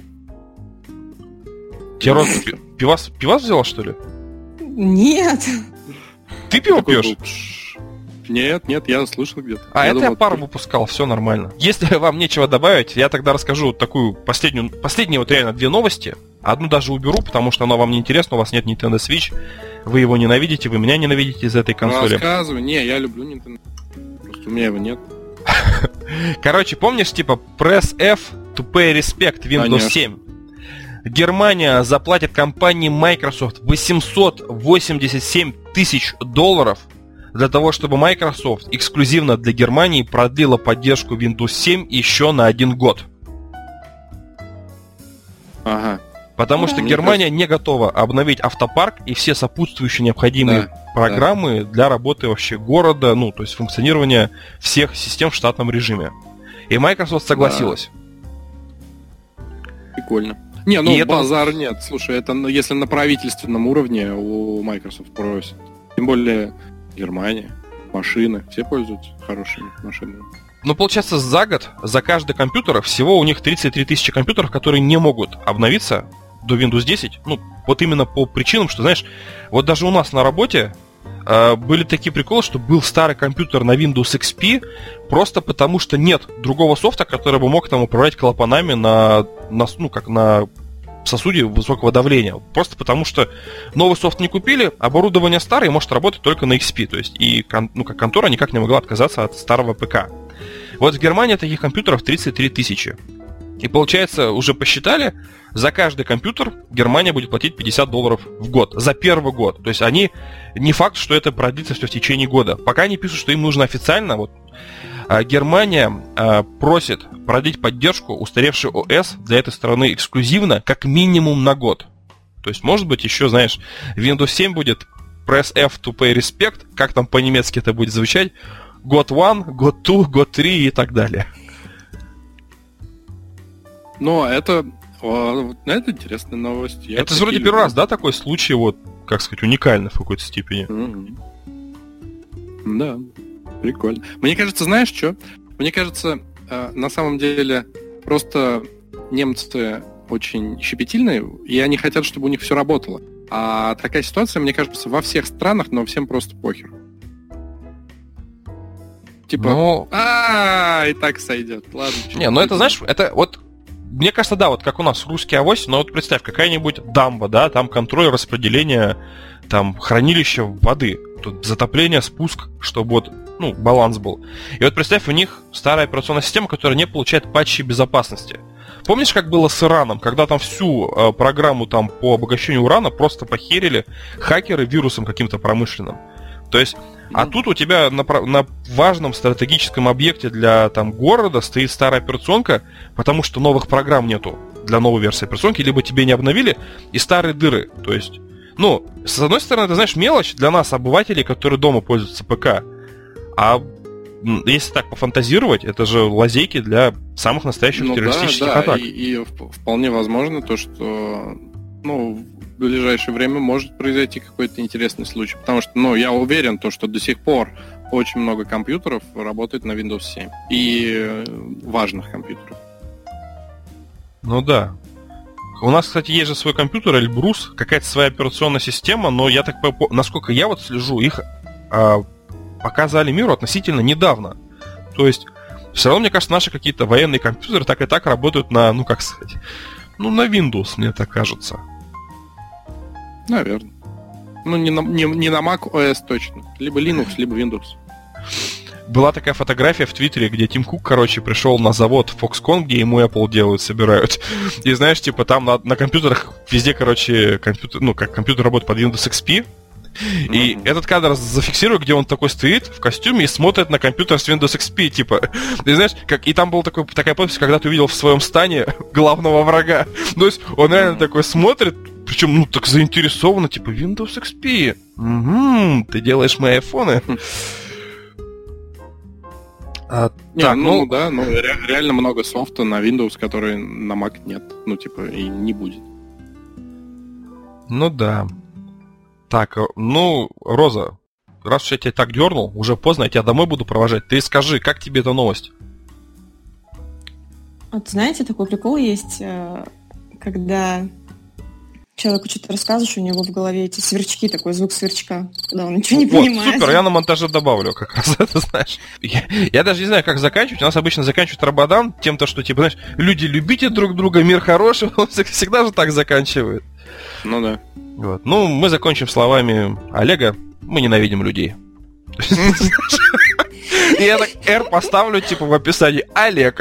[SPEAKER 1] Тебе Рот пивас взяла, что ли?
[SPEAKER 3] Нет.
[SPEAKER 1] Ты пиво пьешь?
[SPEAKER 2] Нет, я слышал где-то.
[SPEAKER 1] Я пару выпускал, все нормально. Если вам нечего добавить, я тогда расскажу такую последние реально 2 новости. Одну даже уберу, потому что она вам не интересна, у вас нет Nintendo Switch, вы его ненавидите, вы меня ненавидите из этой консоли.
[SPEAKER 2] Рассказывай, я люблю Nintendo, просто у меня его нет.
[SPEAKER 1] Помнишь, Press F to pay respect Windows 7? Германия заплатит компании Microsoft $887 тысяч для того, чтобы Microsoft эксклюзивно для Германии продлила поддержку Windows 7 еще на 1 год.
[SPEAKER 2] Ага.
[SPEAKER 1] Потому что Германия не готова обновить автопарк и все сопутствующие необходимые программы для работы вообще города, то есть функционирования всех систем в штатном режиме. И Microsoft согласилась.
[SPEAKER 2] Прикольно. Не, ну базар нет. Слушай, это если на правительственном уровне у Microsoft просят. Тем более Германия, машины. Все пользуются хорошими машинами.
[SPEAKER 1] Ну, получается, за год, за каждый компьютер, всего у них 33 тысячи компьютеров, которые не могут обновиться до Windows 10. Ну, вот именно по причинам, что, знаешь, вот даже у нас на работе были такие приколы, что был старый компьютер на Windows XP, просто потому что нет другого софта, который бы мог там управлять клапанами на сосуде высокого давления. Просто потому что новый софт не купили, оборудование старое и может работать только на XP. То есть и как контора никак не могла отказаться от старого ПК. Вот в Германии таких компьютеров 33 тысячи. И получается, уже посчитали, за каждый компьютер Германия будет платить $50 в год. За первый год. То есть они... Не факт, что это продлится все в течение года. Пока они пишут, что им нужно официально. Вот, Германия просит продлить поддержку устаревшей ОС для этой страны эксклюзивно как минимум на год. То есть, может быть, еще, знаешь, Windows 7 будет Press F to pay respect. Как там по-немецки это будет звучать? God 1, God 2, God 3 и так далее.
[SPEAKER 2] Но это интересная новость.
[SPEAKER 1] Это же вроде первый раз, да, такой случай, вот, как сказать, уникальный в какой-то степени.
[SPEAKER 2] Да, прикольно. Мне кажется, знаешь что? Мне кажется, на самом деле, просто немцы очень щепетильные, и они хотят, чтобы у них все работало. А такая ситуация, мне кажется, во всех странах, но всем просто похер. Типа, и так сойдет. Ладно.
[SPEAKER 1] Не, ну это, знаешь, это вот, мне кажется, да, вот как у нас русский авось, но вот представь, какая-нибудь дамба, да, там контроль распределения, там, хранилища воды, тут затопление, спуск, чтобы вот, баланс был. И вот представь, у них старая операционная система, которая не получает патчи безопасности. Помнишь, как было с Ираном, когда там всю программу там по обогащению урана просто похерили хакеры вирусом каким-то промышленным? То есть, а тут у тебя на важном стратегическом объекте для там города стоит старая операционка, потому что новых программ нету для новой версии операционки, либо тебе не обновили, и старые дыры. То есть, с одной стороны, ты знаешь, мелочь для нас, обывателей, которые дома пользуются ПК. А если так пофантазировать, это же лазейки для самых настоящих террористических атак.
[SPEAKER 2] И вполне возможно то, что в ближайшее время может произойти какой-то интересный случай. Потому что, я уверен, что до сих пор очень много компьютеров работает на Windows 7. И важных компьютеров.
[SPEAKER 1] Ну да. У нас, кстати, есть же свой компьютер, Эльбрус, какая-то своя операционная система, но я так насколько я вот слежу, их показали миру относительно недавно. То есть, все равно, мне кажется, наши какие-то военные компьютеры так и так работают на, на Windows, мне так кажется.
[SPEAKER 2] Наверное. Не на Mac OS точно. Либо Linux, либо Windows.
[SPEAKER 1] Была такая фотография в Твиттере, где Тим Кук, пришел на завод Foxconn, где ему Apple делают, собирают. И знаешь, там на компьютерах везде, компьютер работает под Windows XP. И этот кадр зафиксирую, где он такой стоит в костюме и смотрит на компьютер с Windows XP, И знаешь, и там была такая подпись, когда ты увидел в своем стане главного врага. То есть он реально такой смотрит, причем, так заинтересованно, Windows XP. Ты делаешь мои айфоны.
[SPEAKER 2] Реально много софта на Windows, который на Mac нет. И не будет.
[SPEAKER 1] Ну да. Так, Роза, раз уж я тебя так дернул, уже поздно, я тебя домой буду провожать. Ты скажи, как тебе эта новость?
[SPEAKER 3] Вот знаете, такой прикол есть, когда человеку что-то рассказываешь, у него в голове эти сверчки, такой звук сверчка, когда он ничего не понимает.
[SPEAKER 1] Супер, я на монтаже добавлю как раз это, знаешь. Я даже не знаю, как заканчивать. У нас обычно заканчивают Рабадан тем-то, что, знаешь, люди любите друг друга, мир хороший, он всегда же так заканчивает.
[SPEAKER 2] Ну да.
[SPEAKER 1] Вот. Мы закончим словами Олега. Мы ненавидим людей. И я так R поставлю, в описании. Олег,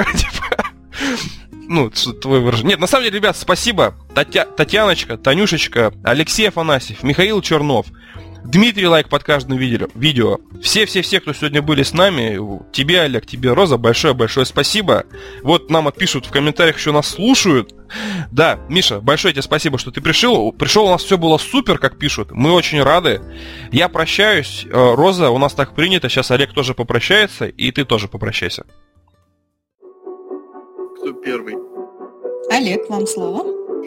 [SPEAKER 1] что твое выражение. Нет, на самом деле, ребят, спасибо. Татьяночка, Танюшечка, Алексей Афанасьев, Михаил Чернов, Дмитрий лайк под каждым видео. Все, кто сегодня были с нами. Тебе, Олег, тебе, Роза, большое-большое спасибо. Вот нам отпишут в комментариях, что нас слушают. Да, Миша, большое тебе спасибо, что ты пришел. У нас все было супер, как пишут. Мы очень рады. Я прощаюсь. Роза, у нас так принято. Сейчас Олег тоже попрощается, и ты тоже попрощайся.
[SPEAKER 2] Кто первый?
[SPEAKER 3] Олег, вам слово.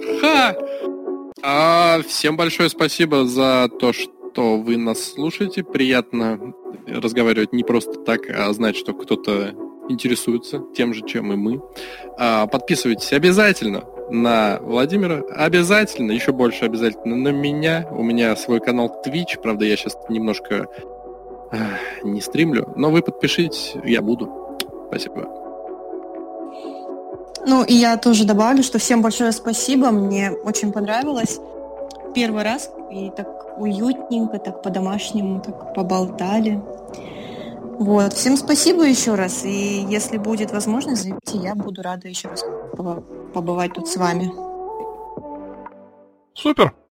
[SPEAKER 2] Всем большое спасибо за то, что вы нас слушаете. Приятно разговаривать не просто так, а знать, что кто-то интересуется тем же, чем и мы. Подписывайтесь обязательно на Владимира, обязательно, еще больше обязательно на меня. У меня свой канал Twitch, правда, я сейчас немножко не стримлю, но вы подпишитесь, я буду. Спасибо.
[SPEAKER 3] Ну, и я тоже добавлю, что всем большое спасибо, мне очень понравилось. Первый раз, и так уютненько, так по-домашнему, так поболтали. Вот, всем спасибо еще раз, и если будет возможность, зайдите, я буду рада еще раз побывать тут с вами.
[SPEAKER 1] Супер!